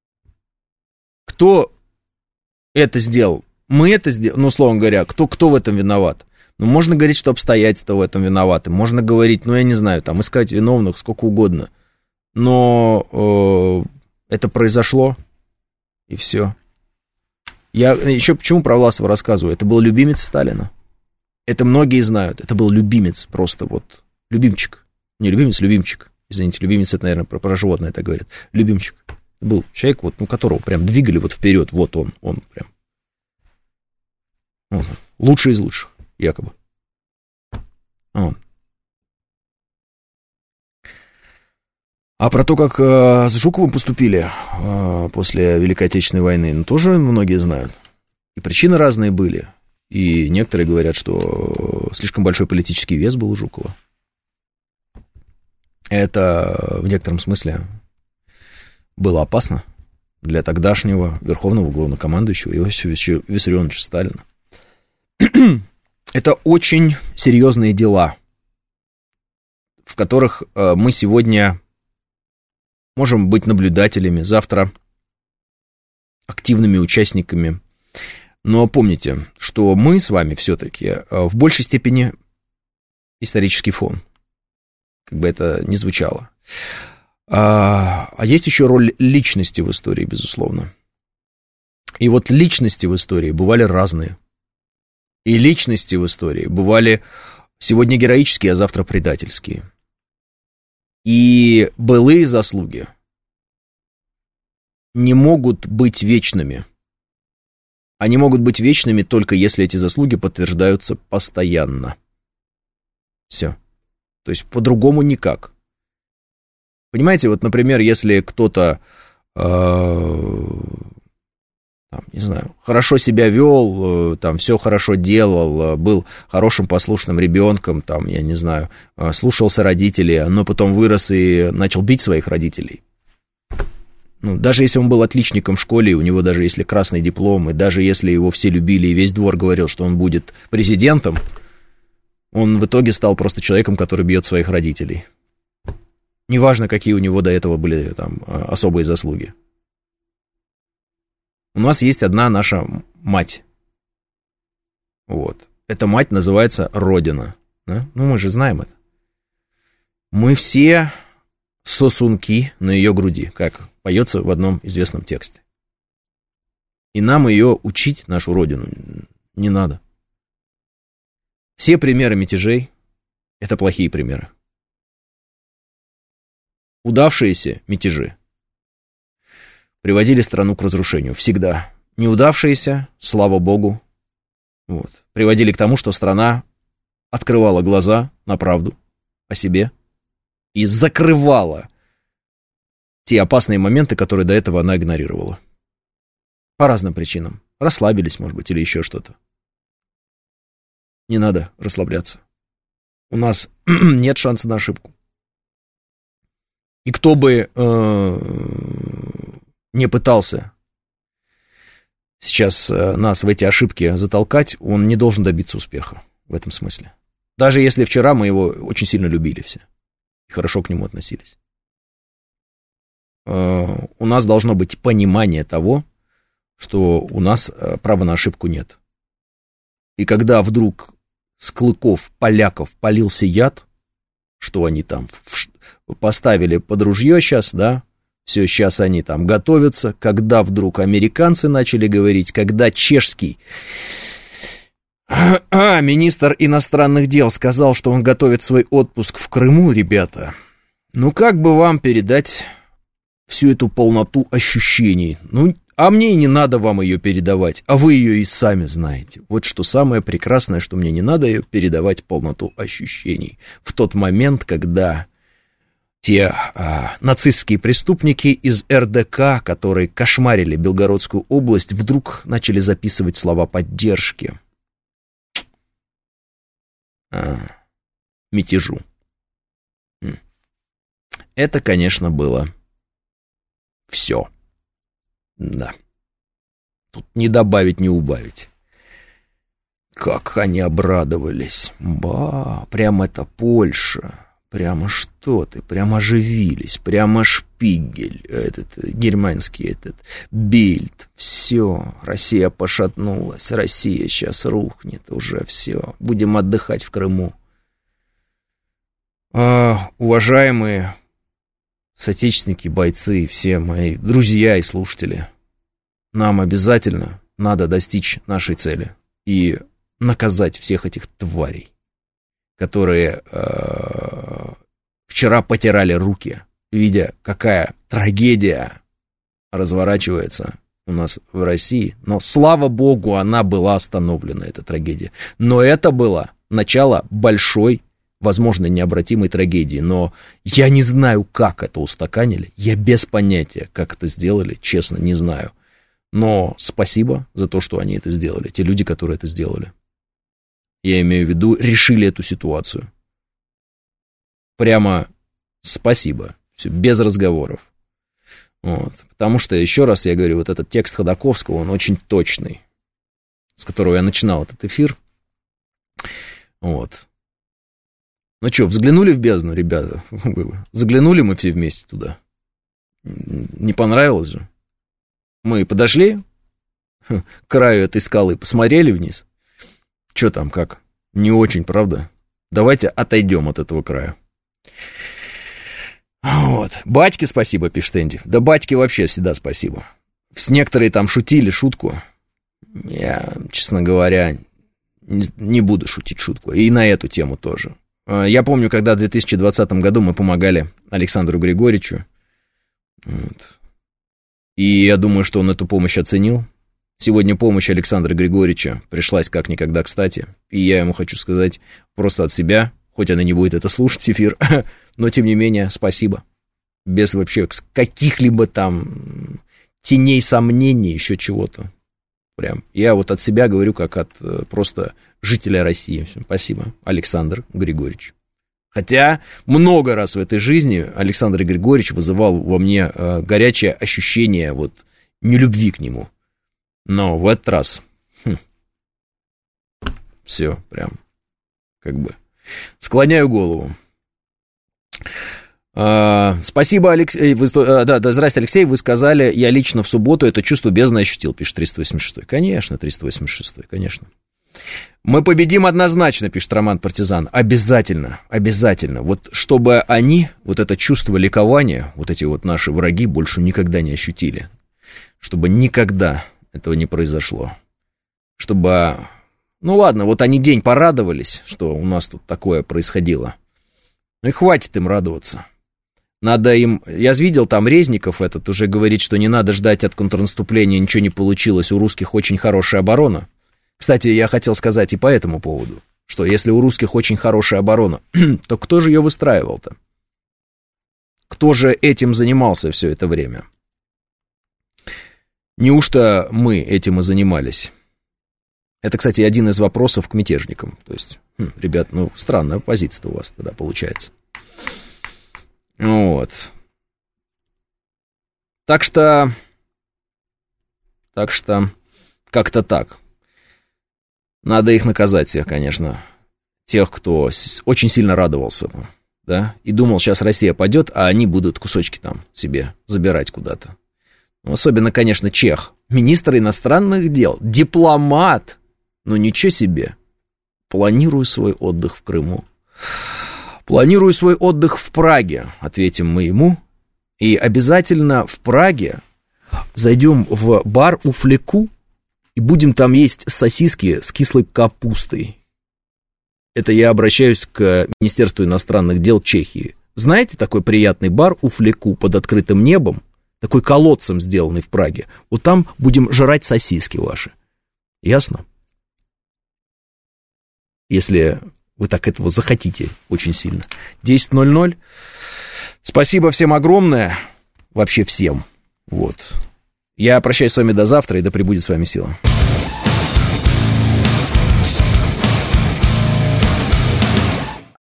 Speaker 2: Кто это сделал? Мы это сделали, ну, условно говоря, кто, кто в этом виноват? Ну, можно говорить, что обстоятельства в этом виноваты. Можно говорить, ну, я не знаю, там, искать виновных сколько угодно. Но э, это произошло, и все. Я еще почему про Власова рассказываю? Это был любимец Сталина. Это многие знают. Это был любимец, просто вот, любимчик. Не любимец, любимчик. Извините, любимец, это, наверное, про, про животное так говорят. Любимчик. Был человек, вот, ну, которого прям двигали вот вперед. Вот он, он прям. Он, лучший из лучших, якобы. Он. А про то, как э, с Жуковым поступили э, после Великой Отечественной войны, ну, тоже многие знают. И причины разные были. И некоторые говорят, что слишком большой политический вес был у Жукова. Это в некотором смысле было опасно для тогдашнего верховного главнокомандующего Иосифа Виссарионовича Сталина. Это очень серьезные дела, в которых мы сегодня можем быть наблюдателями, завтра активными участниками. Но помните, что мы с вами все-таки в большей степени исторический фон, как бы это ни звучало. А, а есть еще роль личности в истории, безусловно. И вот личности в истории бывали разные. И личности в истории бывали сегодня героические, а завтра предательские. И былые заслуги не могут быть вечными. Они могут быть вечными только если эти заслуги подтверждаются постоянно. Все. То есть по-другому никак. Понимаете, вот, например, если кто-то, э, там, не знаю, хорошо себя вел, э, там, все хорошо делал, э, был хорошим послушным ребенком, там, я не знаю, э, слушался родителей, но потом вырос и начал бить своих родителей. Ну, даже если он был отличником в школе, у него даже если красный диплом, и даже если его все любили, и весь двор говорил, что он будет президентом, он в итоге стал просто человеком, который бьет своих родителей. Неважно, какие у него до этого были там особые заслуги. У нас есть одна наша мать. Вот. Эта мать называется Родина. Да? Ну, мы же знаем это. Мы все сосунки на ее груди, как поется в одном известном тексте. И нам ее учить, нашу Родину, не надо. Все примеры мятежей – это плохие примеры. Удавшиеся мятежи приводили страну к разрушению всегда. Неудавшиеся, слава богу, вот, приводили к тому, что страна открывала глаза на правду о себе и закрывала те опасные моменты, которые до этого она игнорировала. По разным причинам. Расслабились, может быть, или еще что-то. Не надо расслабляться. У нас нет шанса на ошибку. И кто бы э, не пытался сейчас нас в эти ошибки затолкать, он не должен добиться успеха в этом смысле. Даже если вчера мы его очень сильно любили все и хорошо к нему относились. Э, у нас должно быть понимание того, что у нас права на ошибку нет. И когда вдруг с клыков поляков полился яд, что они там поставили под ружье сейчас, да, все, сейчас они там готовятся, когда вдруг американцы начали говорить, когда чешский а, министр иностранных дел сказал, что он готовит свой отпуск в Крыму, ребята, ну как бы вам передать всю эту полноту ощущений? Ну, а мне и не надо вам ее передавать, а вы ее и сами знаете. Вот что самое прекрасное, что мне не надо ее передавать полноту ощущений. В тот момент, когда те а, нацистские преступники из эр дэ ка, которые кошмарили Белгородскую область, вдруг начали записывать слова поддержки а, мятежу. Это, конечно, было все. Да. Тут не добавить, не убавить. Как они обрадовались. Ба, прямо это Польша. Прямо что ты, прямо оживились. Прямо Шпигель, этот германский, этот Бильд. Все, Россия пошатнулась. Россия сейчас рухнет уже, все. Будем отдыхать в Крыму. А, уважаемые соотечественники, бойцы, все мои друзья и слушатели, нам обязательно надо достичь нашей цели и наказать всех этих тварей, которые э, вчера потирали руки, видя, какая трагедия разворачивается у нас в России. Но, слава богу, она была остановлена, эта трагедия. Но это было начало большой, возможно, необратимой трагедии. Но я не знаю, как это устаканили. Я без понятия, как это сделали, честно, не знаю. Но спасибо за то, что они это сделали, те люди, которые это сделали. Я имею в виду, решили эту ситуацию. Прямо спасибо, все, без разговоров. Вот. Потому что, еще раз я говорю, вот этот текст Ходаковского, он очень точный, с которого я начинал этот эфир. Вот. Ну что, взглянули в бездну, ребята? Заглянули мы все вместе туда. Не понравилось же? Мы подошли к краю этой скалы, посмотрели вниз. Что там, как? Не очень, правда? Давайте отойдем от этого края. Вот. Батьке спасибо, пишет Энди. Да батьке вообще всегда спасибо. Некоторые там шутили шутку. Я, честно говоря, не, не буду шутить шутку. И на эту тему тоже. Я помню, когда в две тысячи двадцатом году мы помогали Александру Григорьевичу. Вот. И я думаю, что он эту помощь оценил. Сегодня помощь Александра Григорьевича пришлась как никогда кстати. И я ему хочу сказать просто от себя, хоть она не будет это слушать, эфир, но тем не менее, спасибо. Без вообще каких-либо там теней сомнений, еще чего-то. Прям. Я вот от себя говорю, как от просто жителя России. Спасибо, Александр Григорьевич. Хотя много раз в этой жизни Александр Григорьевич вызывал во мне э, горячее ощущение вот нелюбви к нему. Но в этот раз хм, все прям как бы склоняю голову. А, спасибо, Алексей. Вы, а, да, да, здрасте, Алексей. Вы сказали, я лично в субботу это чувство бездны ощутил, пишет триста восемьдесят шестой. Конечно, триста восемьдесят шестой, конечно. Мы победим однозначно, пишет Роман Партизан. Обязательно, обязательно. Вот чтобы они, вот это чувство ликования, вот эти вот наши враги больше никогда не ощутили. Чтобы никогда этого не произошло. Чтобы, ну ладно, вот они день порадовались, что у нас тут такое происходило. Ну и хватит им радоваться. Надо им... Я видел там Резников этот уже говорит, что не надо ждать от контрнаступления, ничего не получилось, у русских очень хорошая оборона. Кстати, я хотел сказать и по этому поводу, что если у русских очень хорошая оборона, то кто же ее выстраивал-то? Кто же этим занимался все это время? Неужто мы этим и занимались? Это, кстати, один из вопросов к мятежникам. То есть, хм, ребят, ну, странная позиция у вас тогда получается. Вот. Так что... Так что... Как-то так. Надо их наказать всех, конечно. Тех, кто очень сильно радовался, да, и думал, сейчас Россия падет, а они будут кусочки там себе забирать куда-то. Особенно, конечно, чех. Министр иностранных дел. Дипломат. Ну, ничего себе. Планирую свой отдых в Крыму. Планирую свой отдых в Праге, ответим мы ему. И обязательно в Праге зайдем в бар у Флеку и будем там есть сосиски с кислой капустой. Это я обращаюсь к Министерству иностранных дел Чехии. Знаете такой приятный бар у Флеку под открытым небом? Такой колодцем сделанный в Праге. Вот там будем жрать сосиски ваши. Ясно? Если вы так этого захотите очень сильно. десять ноль ноль. Спасибо всем огромное, вообще всем. Вот. Я прощаюсь с вами до завтра, и да пребудет с вами сила.